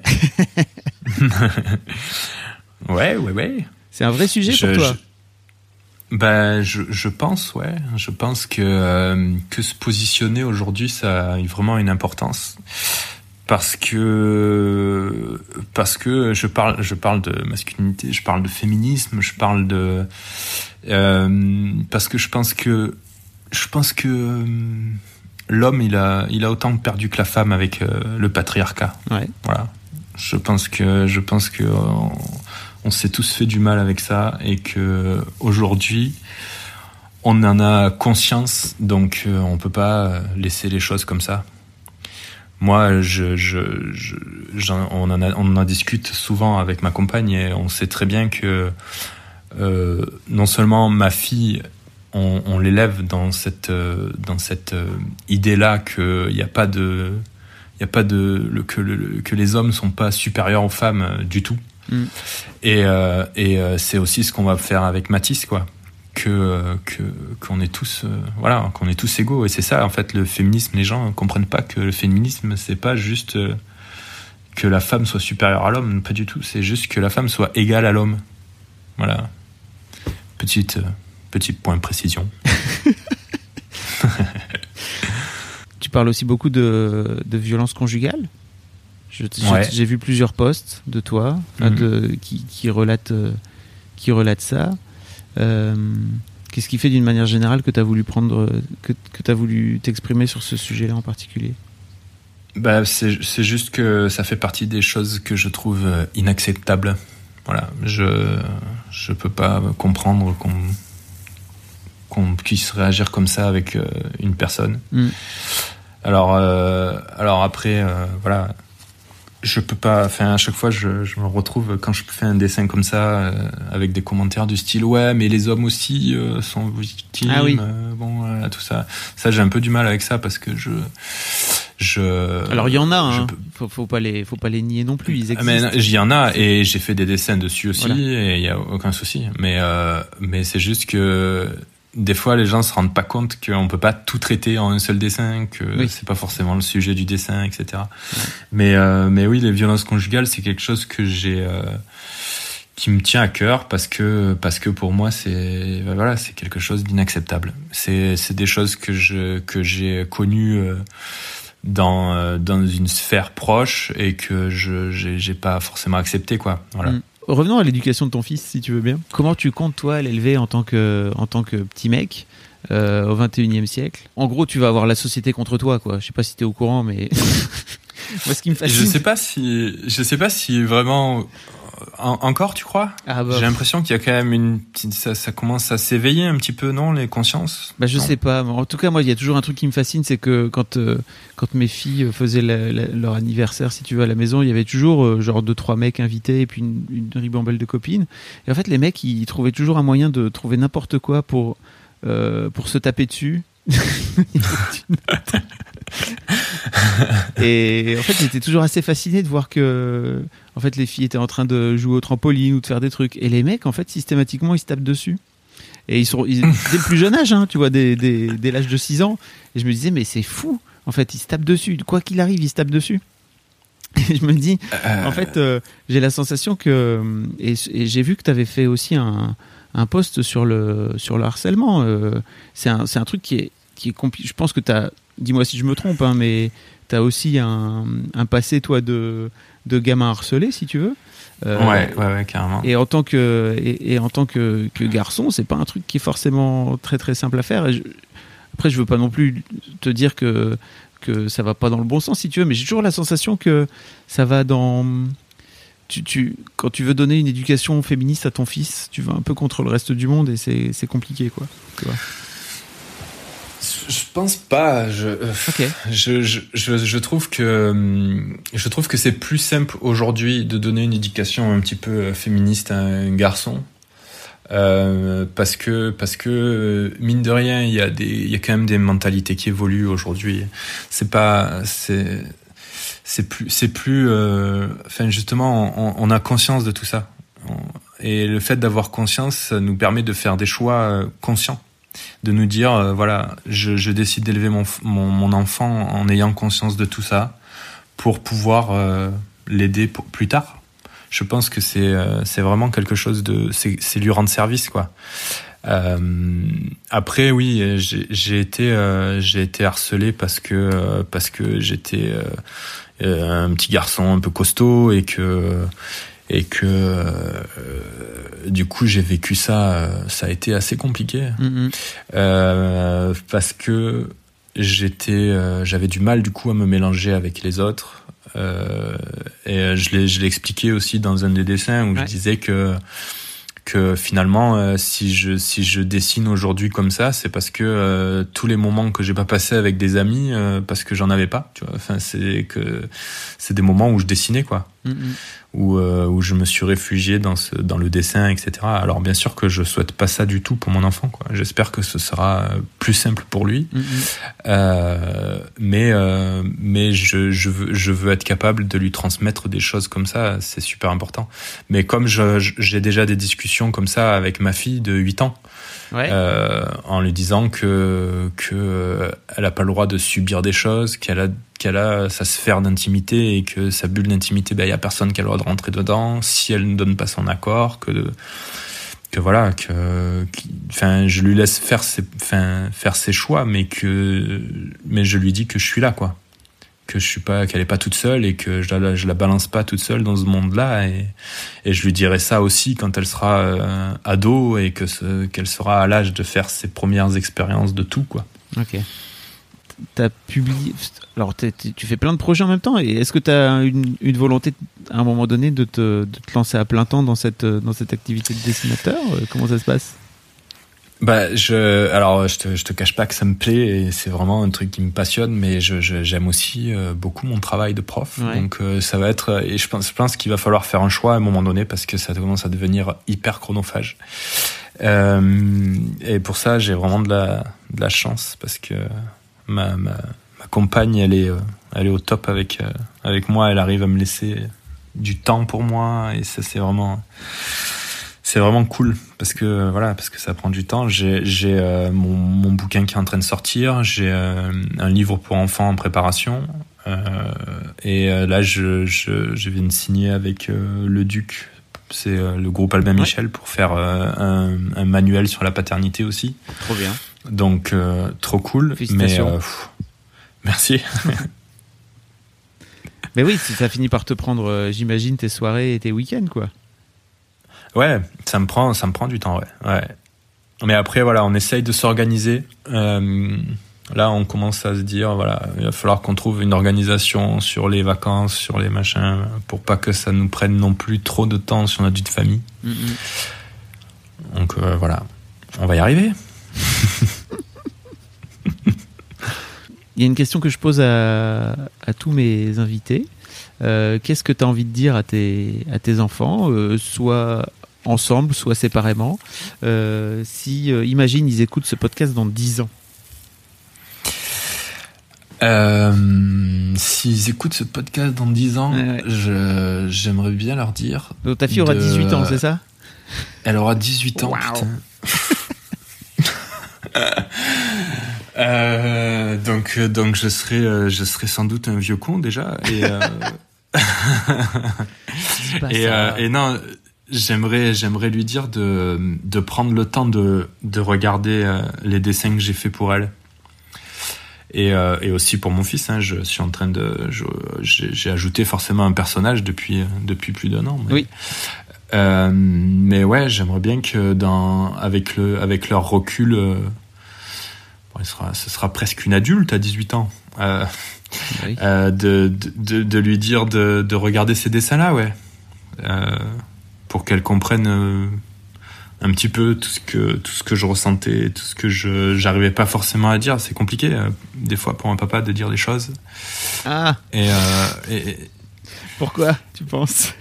Ouais, ouais, ouais. C'est un vrai sujet je, pour toi. Je, ben, je, je pense, ouais. Je pense que, euh, que se positionner aujourd'hui, ça a vraiment une importance. Parce que, parce que je parle, je parle de masculinité, je parle de féminisme, je parle de, euh, parce que je pense que, je pense que euh, l'homme, il a, il a autant perdu que la femme avec euh, le patriarcat. Ouais. Voilà. Je pense que, je pense que, on, on s'est tous fait du mal avec ça et que aujourd'hui, on en a conscience, donc euh, on peut pas laisser les choses comme ça. Moi, je, je, je, j'en, on, en a, on en discute souvent avec ma compagne et on sait très bien que euh, non seulement ma fille, on, on l'élève dans cette, dans cette idée-là qu'il n'y a pas de, il y a pas de le, que, le, que les hommes sont pas supérieurs aux femmes du tout. Mm. Et, euh, et euh, c'est aussi ce qu'on va faire avec Mathis, quoi. Que, que qu'on est tous euh, voilà qu'on est tous égaux et c'est ça en fait le féminisme. Les gens comprennent pas que le féminisme c'est pas juste euh, que la femme soit supérieure à l'homme, pas du tout, c'est juste que la femme soit égale à l'homme. Voilà, petite euh, petit point de précision. Tu parles aussi beaucoup de de violence conjugale. Je, ouais. j'ai, j'ai vu plusieurs posts de toi mm-hmm. de, qui qui relatent euh, qui relatent ça. Euh, qu'est-ce qui fait d'une manière générale que tu as voulu prendre, que, que tu as voulu t'exprimer sur ce sujet-là en particulier ? Bah, c'est, c'est juste que ça fait partie des choses que je trouve inacceptables. Voilà, je je peux pas comprendre qu'on qu'on puisse réagir comme ça avec euh, une personne. Mm. Alors euh, alors après euh, voilà. Je peux pas, enfin à chaque fois je, je me retrouve quand je fais un dessin comme ça euh, avec des commentaires du style ouais mais les hommes aussi euh, sont victimes, ah oui. euh, bon euh, tout ça, ça j'ai un peu du mal avec ça parce que je je. Alors il y en a, hein. peux... faut, faut pas les faut pas les nier non plus, ils existent. Mais il y en a et j'ai fait des dessins dessus aussi voilà. Et il y a aucun souci. Mais euh, mais c'est juste que des fois, les gens se rendent pas compte qu'on peut pas tout traiter en un seul dessin, que oui. c'est pas forcément le sujet du dessin, et cetera. Ouais. Mais euh, mais oui, les violences conjugales, c'est quelque chose que j'ai euh, qui me tient à cœur parce que parce que pour moi, c'est voilà, c'est quelque chose d'inacceptable. C'est c'est des choses que je que j'ai connues euh, dans euh, dans une sphère proche et que je j'ai, j'ai pas forcément accepté quoi. Voilà. Mm. Revenons à l'éducation de ton fils, si tu veux bien. Comment tu comptes, toi, l'élever en tant que, en tant que petit mec euh, au vingt et unième siècle ? En gros, tu vas avoir la société contre toi, quoi. Je sais pas si t'es au courant, mais moi, ce qui me fascine... Je sais pas si, je sais pas si vraiment... En, encore, tu crois ? Ah bah, j'ai l'impression qu'il y a quand même une petite, ça, ça commence à s'éveiller un petit peu, non, les consciences ? Bah je non. sais pas. En tout cas, moi, il y a toujours un truc qui me fascine, c'est que quand euh, quand mes filles faisaient la, la, leur anniversaire, si tu veux, à la maison, il y avait toujours euh, genre deux trois mecs invités et puis une, une ribambelle de copines. Et en fait, les mecs, ils trouvaient toujours un moyen de trouver n'importe quoi pour euh, pour se taper dessus Il faut une note. Et en fait, j'étais toujours assez fasciné de voir que en fait, les filles étaient en train de jouer au trampoline ou de faire des trucs. Et les mecs, en fait, systématiquement, ils se tapent dessus. Et ils sont ils, dès le plus jeune âge, hein, tu vois, dès, dès, dès l'âge de six ans. Et je me disais, mais c'est fou. En fait, ils se tapent dessus. Quoi qu'il arrive, ils se tapent dessus. Et je me dis, euh... en fait, euh, j'ai la sensation que... Et, et j'ai vu que tu avais fait aussi un, un post sur le, sur le harcèlement. Euh, c'est, un, c'est un truc qui est, qui est compliqué. Je pense que tu as... Dis-moi si je me trompe, hein, mais tu as aussi un, un passé, toi, de, de gamin harcelé, si tu veux. Euh, ouais, ouais, ouais, carrément. Et en tant que, et, et en tant que, que garçon, c'est pas un truc qui est forcément très, très simple à faire. Et je, après, je veux pas non plus te dire que... que ça va pas dans le bon sens si tu veux, mais j'ai toujours la sensation que ça va dans tu, tu, quand tu veux donner une éducation féministe à ton fils, tu vas un peu contre le reste du monde et c'est, c'est compliqué quoi, tu vois. Je pense pas. Je, okay. je, je, je, je trouve que je trouve que c'est plus simple aujourd'hui de donner une éducation un petit peu féministe à un garçon. Euh, parce que parce que mine de rien il y a des il y a quand même des mentalités qui évoluent aujourd'hui. C'est pas c'est c'est plus c'est plus euh, enfin justement on, on a conscience de tout ça et le fait d'avoir conscience ça nous permet de faire des choix conscients, de nous dire euh, voilà je, je décide d'élever mon, mon mon enfant en ayant conscience de tout ça pour pouvoir euh, l'aider pour, plus tard. Je pense que c'est euh, c'est vraiment quelque chose de c'est c'est lui rendre service quoi. Euh, après oui j'ai j'ai été euh, j'ai été harcelé parce que euh, parce que j'étais euh, un petit garçon un peu costaud et que et que euh, du coup j'ai vécu ça ça a été assez compliqué mm-hmm. euh, parce que j'étais euh, j'avais du mal du coup à me mélanger avec les autres. Euh, et je l'ai, je l'ai expliqué aussi dans un des dessins où ouais. je disais que que finalement euh, si je si je dessine aujourd'hui comme ça c'est parce que euh, tous les moments que j'ai pas passé avec des amis euh, parce que j'en avais pas tu vois enfin c'est que c'est des moments où je dessinais quoi mm-hmm. où euh, où je me suis réfugié dans ce dans le dessin etc. Alors bien sûr que je souhaite pas ça du tout pour mon enfant quoi, j'espère que ce sera plus simple pour lui mm-hmm. euh, mais euh, mais je je veux je veux être capable de lui transmettre des choses comme ça, c'est super important. Mais comme je, j'ai déjà des discussions comme ça avec ma fille de huit ans ouais. euh, en lui disant que que elle a pas le droit de subir des choses, qu'elle a qu'elle a sa sphère d'intimité et que sa bulle d'intimité, ben il y a personne qui a le droit de rentrer dedans si elle ne donne pas son accord, que que voilà que enfin je lui laisse faire ses enfin faire ses choix mais que mais je lui dis que je suis là quoi. Que je suis pas, qu'elle est pas toute seule et que je la, je la balance pas toute seule dans ce monde-là et, et je lui dirai ça aussi quand elle sera euh, ado et que ce, qu'elle sera à l'âge de faire ses premières expériences de tout quoi. Ok. T'as publié, alors tu fais plein de projets en même temps et est-ce que t'as une, une volonté à un moment donné de te, de te lancer à plein temps dans cette, dans cette activité de dessinateur? Comment ça se passe? Bah, je, alors, je te, je te cache pas que ça me plaît et c'est vraiment un truc qui me passionne, mais je, je j'aime aussi euh, beaucoup mon travail de prof. Ouais. Donc, euh, ça va être, et je pense, je pense qu'il va falloir faire un choix à un moment donné parce que ça commence à devenir hyper chronophage. Euh, et pour ça, j'ai vraiment de la, de la chance parce que ma, ma, ma compagne, elle est, elle est au top avec, avec moi. Elle arrive à me laisser du temps pour moi et ça, c'est vraiment, c'est vraiment cool parce que voilà, parce que ça prend du temps. J'ai j'ai euh, mon mon bouquin qui est en train de sortir, j'ai euh, un livre pour enfants en préparation euh, et euh, là je je je viens de signer avec euh, le Duc, c'est euh, le groupe Albin Michel, ouais. pour faire euh, un un manuel sur la paternité aussi. Trop bien. Donc euh, trop cool. Félicitations. Mais euh, pff, merci. Mais oui, ça finit par te prendre, euh, j'imagine, tes soirées et tes week-ends, quoi. Ouais, ça me prend, ça me prend du temps, ouais. ouais. Mais après, voilà, on essaye de s'organiser. Euh, là, on commence à se dire, voilà, il va falloir qu'on trouve une organisation sur les vacances, sur les machins, pour pas que ça nous prenne non plus trop de temps sur notre vie de famille. Mm-hmm. Donc euh, voilà, on va y arriver. Il y a une question que je pose à, à tous mes invités. Euh, qu'est-ce que tu as envie de dire à tes, à tes enfants, euh, soit ensemble, soit séparément, euh, si, euh, imagine, ils écoutent ce podcast dans dix ans. Euh, s'ils écoutent ce podcast dans dix ans, ouais, ouais. Je, j'aimerais bien leur dire. Donc ta fille aura de... dix-huit ans, c'est ça? Elle aura dix-huit ans, wow. putain. euh, donc, donc je serai, je serai sans doute un vieux con déjà. Et, euh... et, euh, et non, j'aimerais, j'aimerais lui dire de, de prendre le temps de, de regarder euh, les dessins que j'ai fait pour elle. Et, euh, et aussi pour mon fils, hein, je suis en train de, je, j'ai, j'ai ajouté forcément un personnage depuis depuis plus d'un an. Mais, oui. Euh, mais ouais, j'aimerais bien que dans avec le avec leur recul, euh, bon, il sera, ce sera presque une adulte à dix-huit ans, euh, oui. euh, de, de de lui dire de de regarder ces dessins-là, ouais, euh, pour qu'elle comprenne. Euh, un petit peu tout ce que tout ce que je ressentais, tout ce que je j'arrivais pas forcément à dire. C'est compliqué euh, des fois pour un papa de dire des choses. Ah. Et, euh, et... pourquoi tu penses?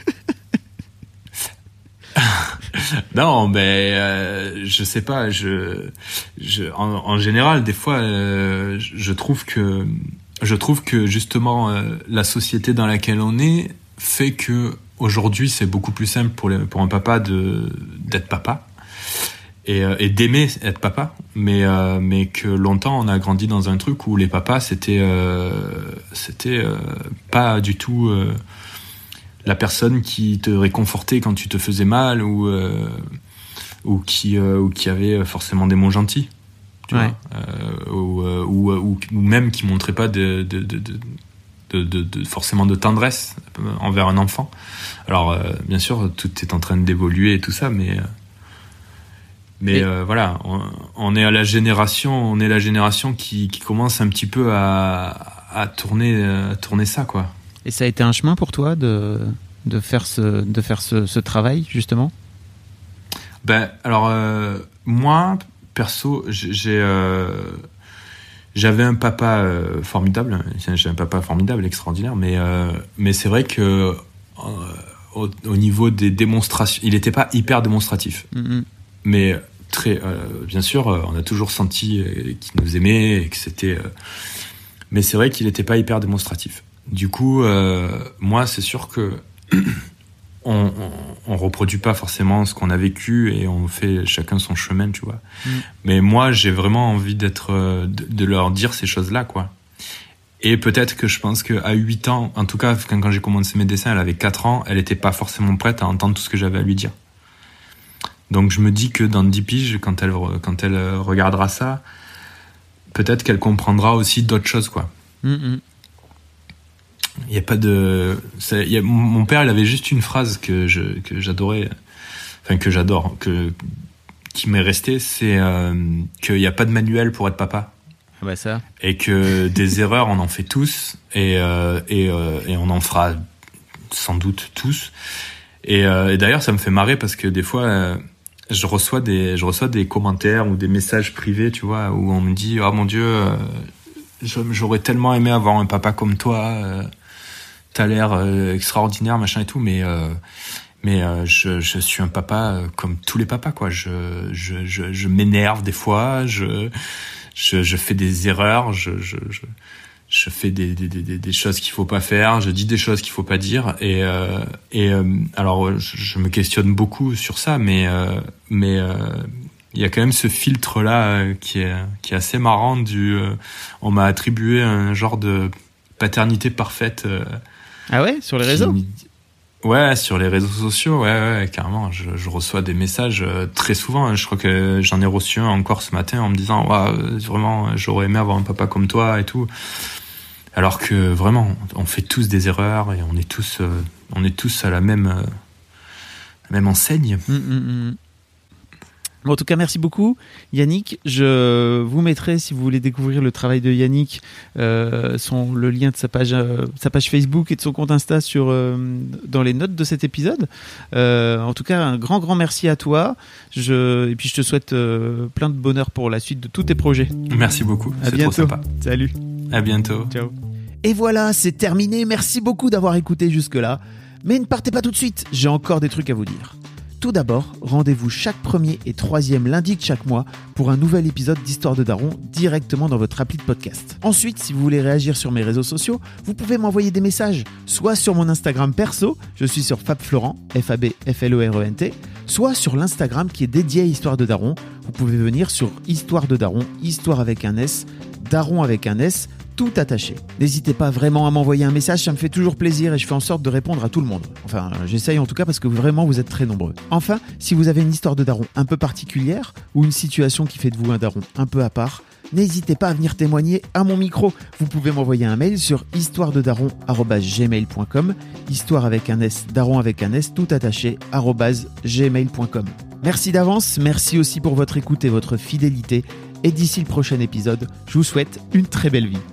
Non, mais euh, je sais pas. Je, je en, en général, des fois, euh, je trouve que je trouve que justement euh, la société dans laquelle on est fait que aujourd'hui c'est beaucoup plus simple pour les, pour un papa de d'être papa. Et, et d'aimer être papa, mais euh, mais que longtemps on a grandi dans un truc où les papas c'était euh, c'était euh, pas du tout euh, la personne qui te réconfortait quand tu te faisais mal ou euh, ou qui euh, ou qui avait forcément des mots gentils, tu ouais. vois, euh, ou, ou, ou ou même qui montrait pas de de de, de De, de, de forcément de tendresse envers un enfant. Alors euh, bien sûr tout est en train d'évoluer et tout ça, mais euh, mais et... euh, voilà, on, on est à la génération, on est la génération qui, qui commence un petit peu à, à tourner à tourner ça, quoi. Et ça a été un chemin pour toi de de faire ce de faire ce, ce travail justement? Ben alors euh, moi perso j'ai euh, J'avais un papa euh, formidable, j'ai un papa formidable, extraordinaire, mais euh, mais c'est vrai que euh, au, au niveau des démonstrations, il n'était pas hyper démonstratif, mm-hmm. mais très, euh, bien sûr, on a toujours senti qu'il nous aimait et que c'était, euh, mais c'est vrai qu'il n'était pas hyper démonstratif. Du coup, euh, moi, c'est sûr que on, on, on reproduit pas forcément ce qu'on a vécu et on fait chacun son chemin, tu vois. Mm. Mais moi, j'ai vraiment envie d'être, de, de leur dire ces choses-là, quoi. Et peut-être que je pense qu'à huit ans, en tout cas, quand, quand j'ai commencé mes dessins, elle avait quatre ans, elle était pas forcément prête à entendre tout ce que j'avais à lui dire. Donc je me dis que dans dix piges, quand elle, quand elle regardera ça, peut-être qu'elle comprendra aussi d'autres choses, quoi. Mm-hmm. Il y a pas de, c'est, il y a, mon père, il avait juste une phrase que je, que j'adorais, enfin que j'adore, que, qui m'est restée, c'est euh, qu'il n'y a pas de manuel pour être papa. Ouais, ça. Et que des erreurs, on en fait tous, et euh, et, euh, et on en fera sans doute tous. Et, euh, et d'ailleurs, ça me fait marrer parce que des fois, euh, je reçois des, je reçois des commentaires ou des messages privés, tu vois, où on me dit, oh mon Dieu, euh, j'aurais tellement aimé avoir un papa comme toi. Euh, T'as l'air euh, extraordinaire, machin et tout, mais euh, mais euh, je je suis un papa euh, comme tous les papas, quoi. Je je je, je m'énerve des fois, je je je fais des erreurs, je je je, je fais des des des des choses qu'il faut pas faire, je dis des choses qu'il faut pas dire, et euh, et euh, alors je, je me questionne beaucoup sur ça, mais euh, mais euh, il y a quand même ce filtre là euh, qui est qui est assez marrant. Du euh, on m'a attribué un genre de paternité parfaite. Euh, Ah ouais, sur les réseaux? Ouais, sur les réseaux sociaux, ouais, ouais, carrément. Je, je reçois des messages euh, très souvent. Je crois que j'en ai reçu un encore ce matin en me disant, ouais, vraiment, j'aurais aimé avoir un papa comme toi et tout. Alors que vraiment, on fait tous des erreurs et on est tous, euh, on est tous à la même, euh, la même enseigne. Mmh, mmh. Bon, en tout cas, merci beaucoup, Yannick. Je vous mettrai, si vous voulez découvrir le travail de Yannick, euh, son, le lien de sa page, euh, sa page Facebook et de son compte Insta sur, euh, dans les notes de cet épisode. Euh, en tout cas, un grand, grand merci à toi. Je, et puis, je te souhaite euh, plein de bonheur pour la suite de tous tes projets. Merci beaucoup. À c'est bientôt. trop sympa. Salut. À bientôt. Ciao. Et voilà, c'est terminé. Merci beaucoup d'avoir écouté jusque-là. Mais ne partez pas tout de suite. J'ai encore des trucs à vous dire. Tout d'abord, rendez-vous chaque premier et troisième lundi de chaque mois pour un nouvel épisode d'Histoire de Daron directement dans votre appli de podcast. Ensuite, si vous voulez réagir sur mes réseaux sociaux, vous pouvez m'envoyer des messages, soit sur mon Instagram perso, je suis sur FabFlorent, F A B F L O R E N T, soit sur l'Instagram qui est dédié à Histoire de Daron. Vous pouvez venir sur Histoire de Daron, Histoire avec un S, Daron avec un S, tout attaché. N'hésitez pas vraiment à m'envoyer un message, ça me fait toujours plaisir et je fais en sorte de répondre à tout le monde. Enfin, j'essaye en tout cas parce que vraiment vous êtes très nombreux. Enfin, si vous avez une histoire de daron un peu particulière ou une situation qui fait de vous un daron un peu à part, n'hésitez pas à venir témoigner à mon micro. Vous pouvez m'envoyer un mail sur histoire de daron arobase gmail point com, histoire avec un S, daron avec un S, tout attaché, arobase gmail point com. Merci d'avance, merci aussi pour votre écoute et votre fidélité. Et d'ici le prochain épisode, je vous souhaite une très belle vie.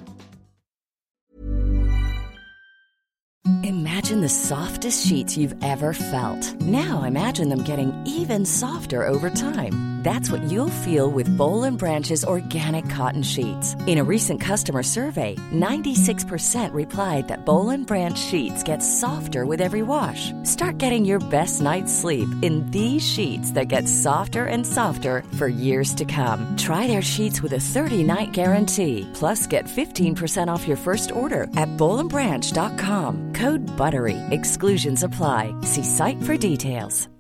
Imagine the softest sheets you've ever felt. Now imagine them getting even softer over time. That's what you'll feel with Boll and Branch's organic cotton sheets. In a recent customer survey, ninety-six percent replied that Boll and Branch sheets get softer with every wash. Start getting your best night's sleep in these sheets that get softer and softer for years to come. Try their sheets with a thirty-night guarantee. Plus, get fifteen percent off your first order at boll and branch dot com. Code BUTTERY. Exclusions apply. See site for details.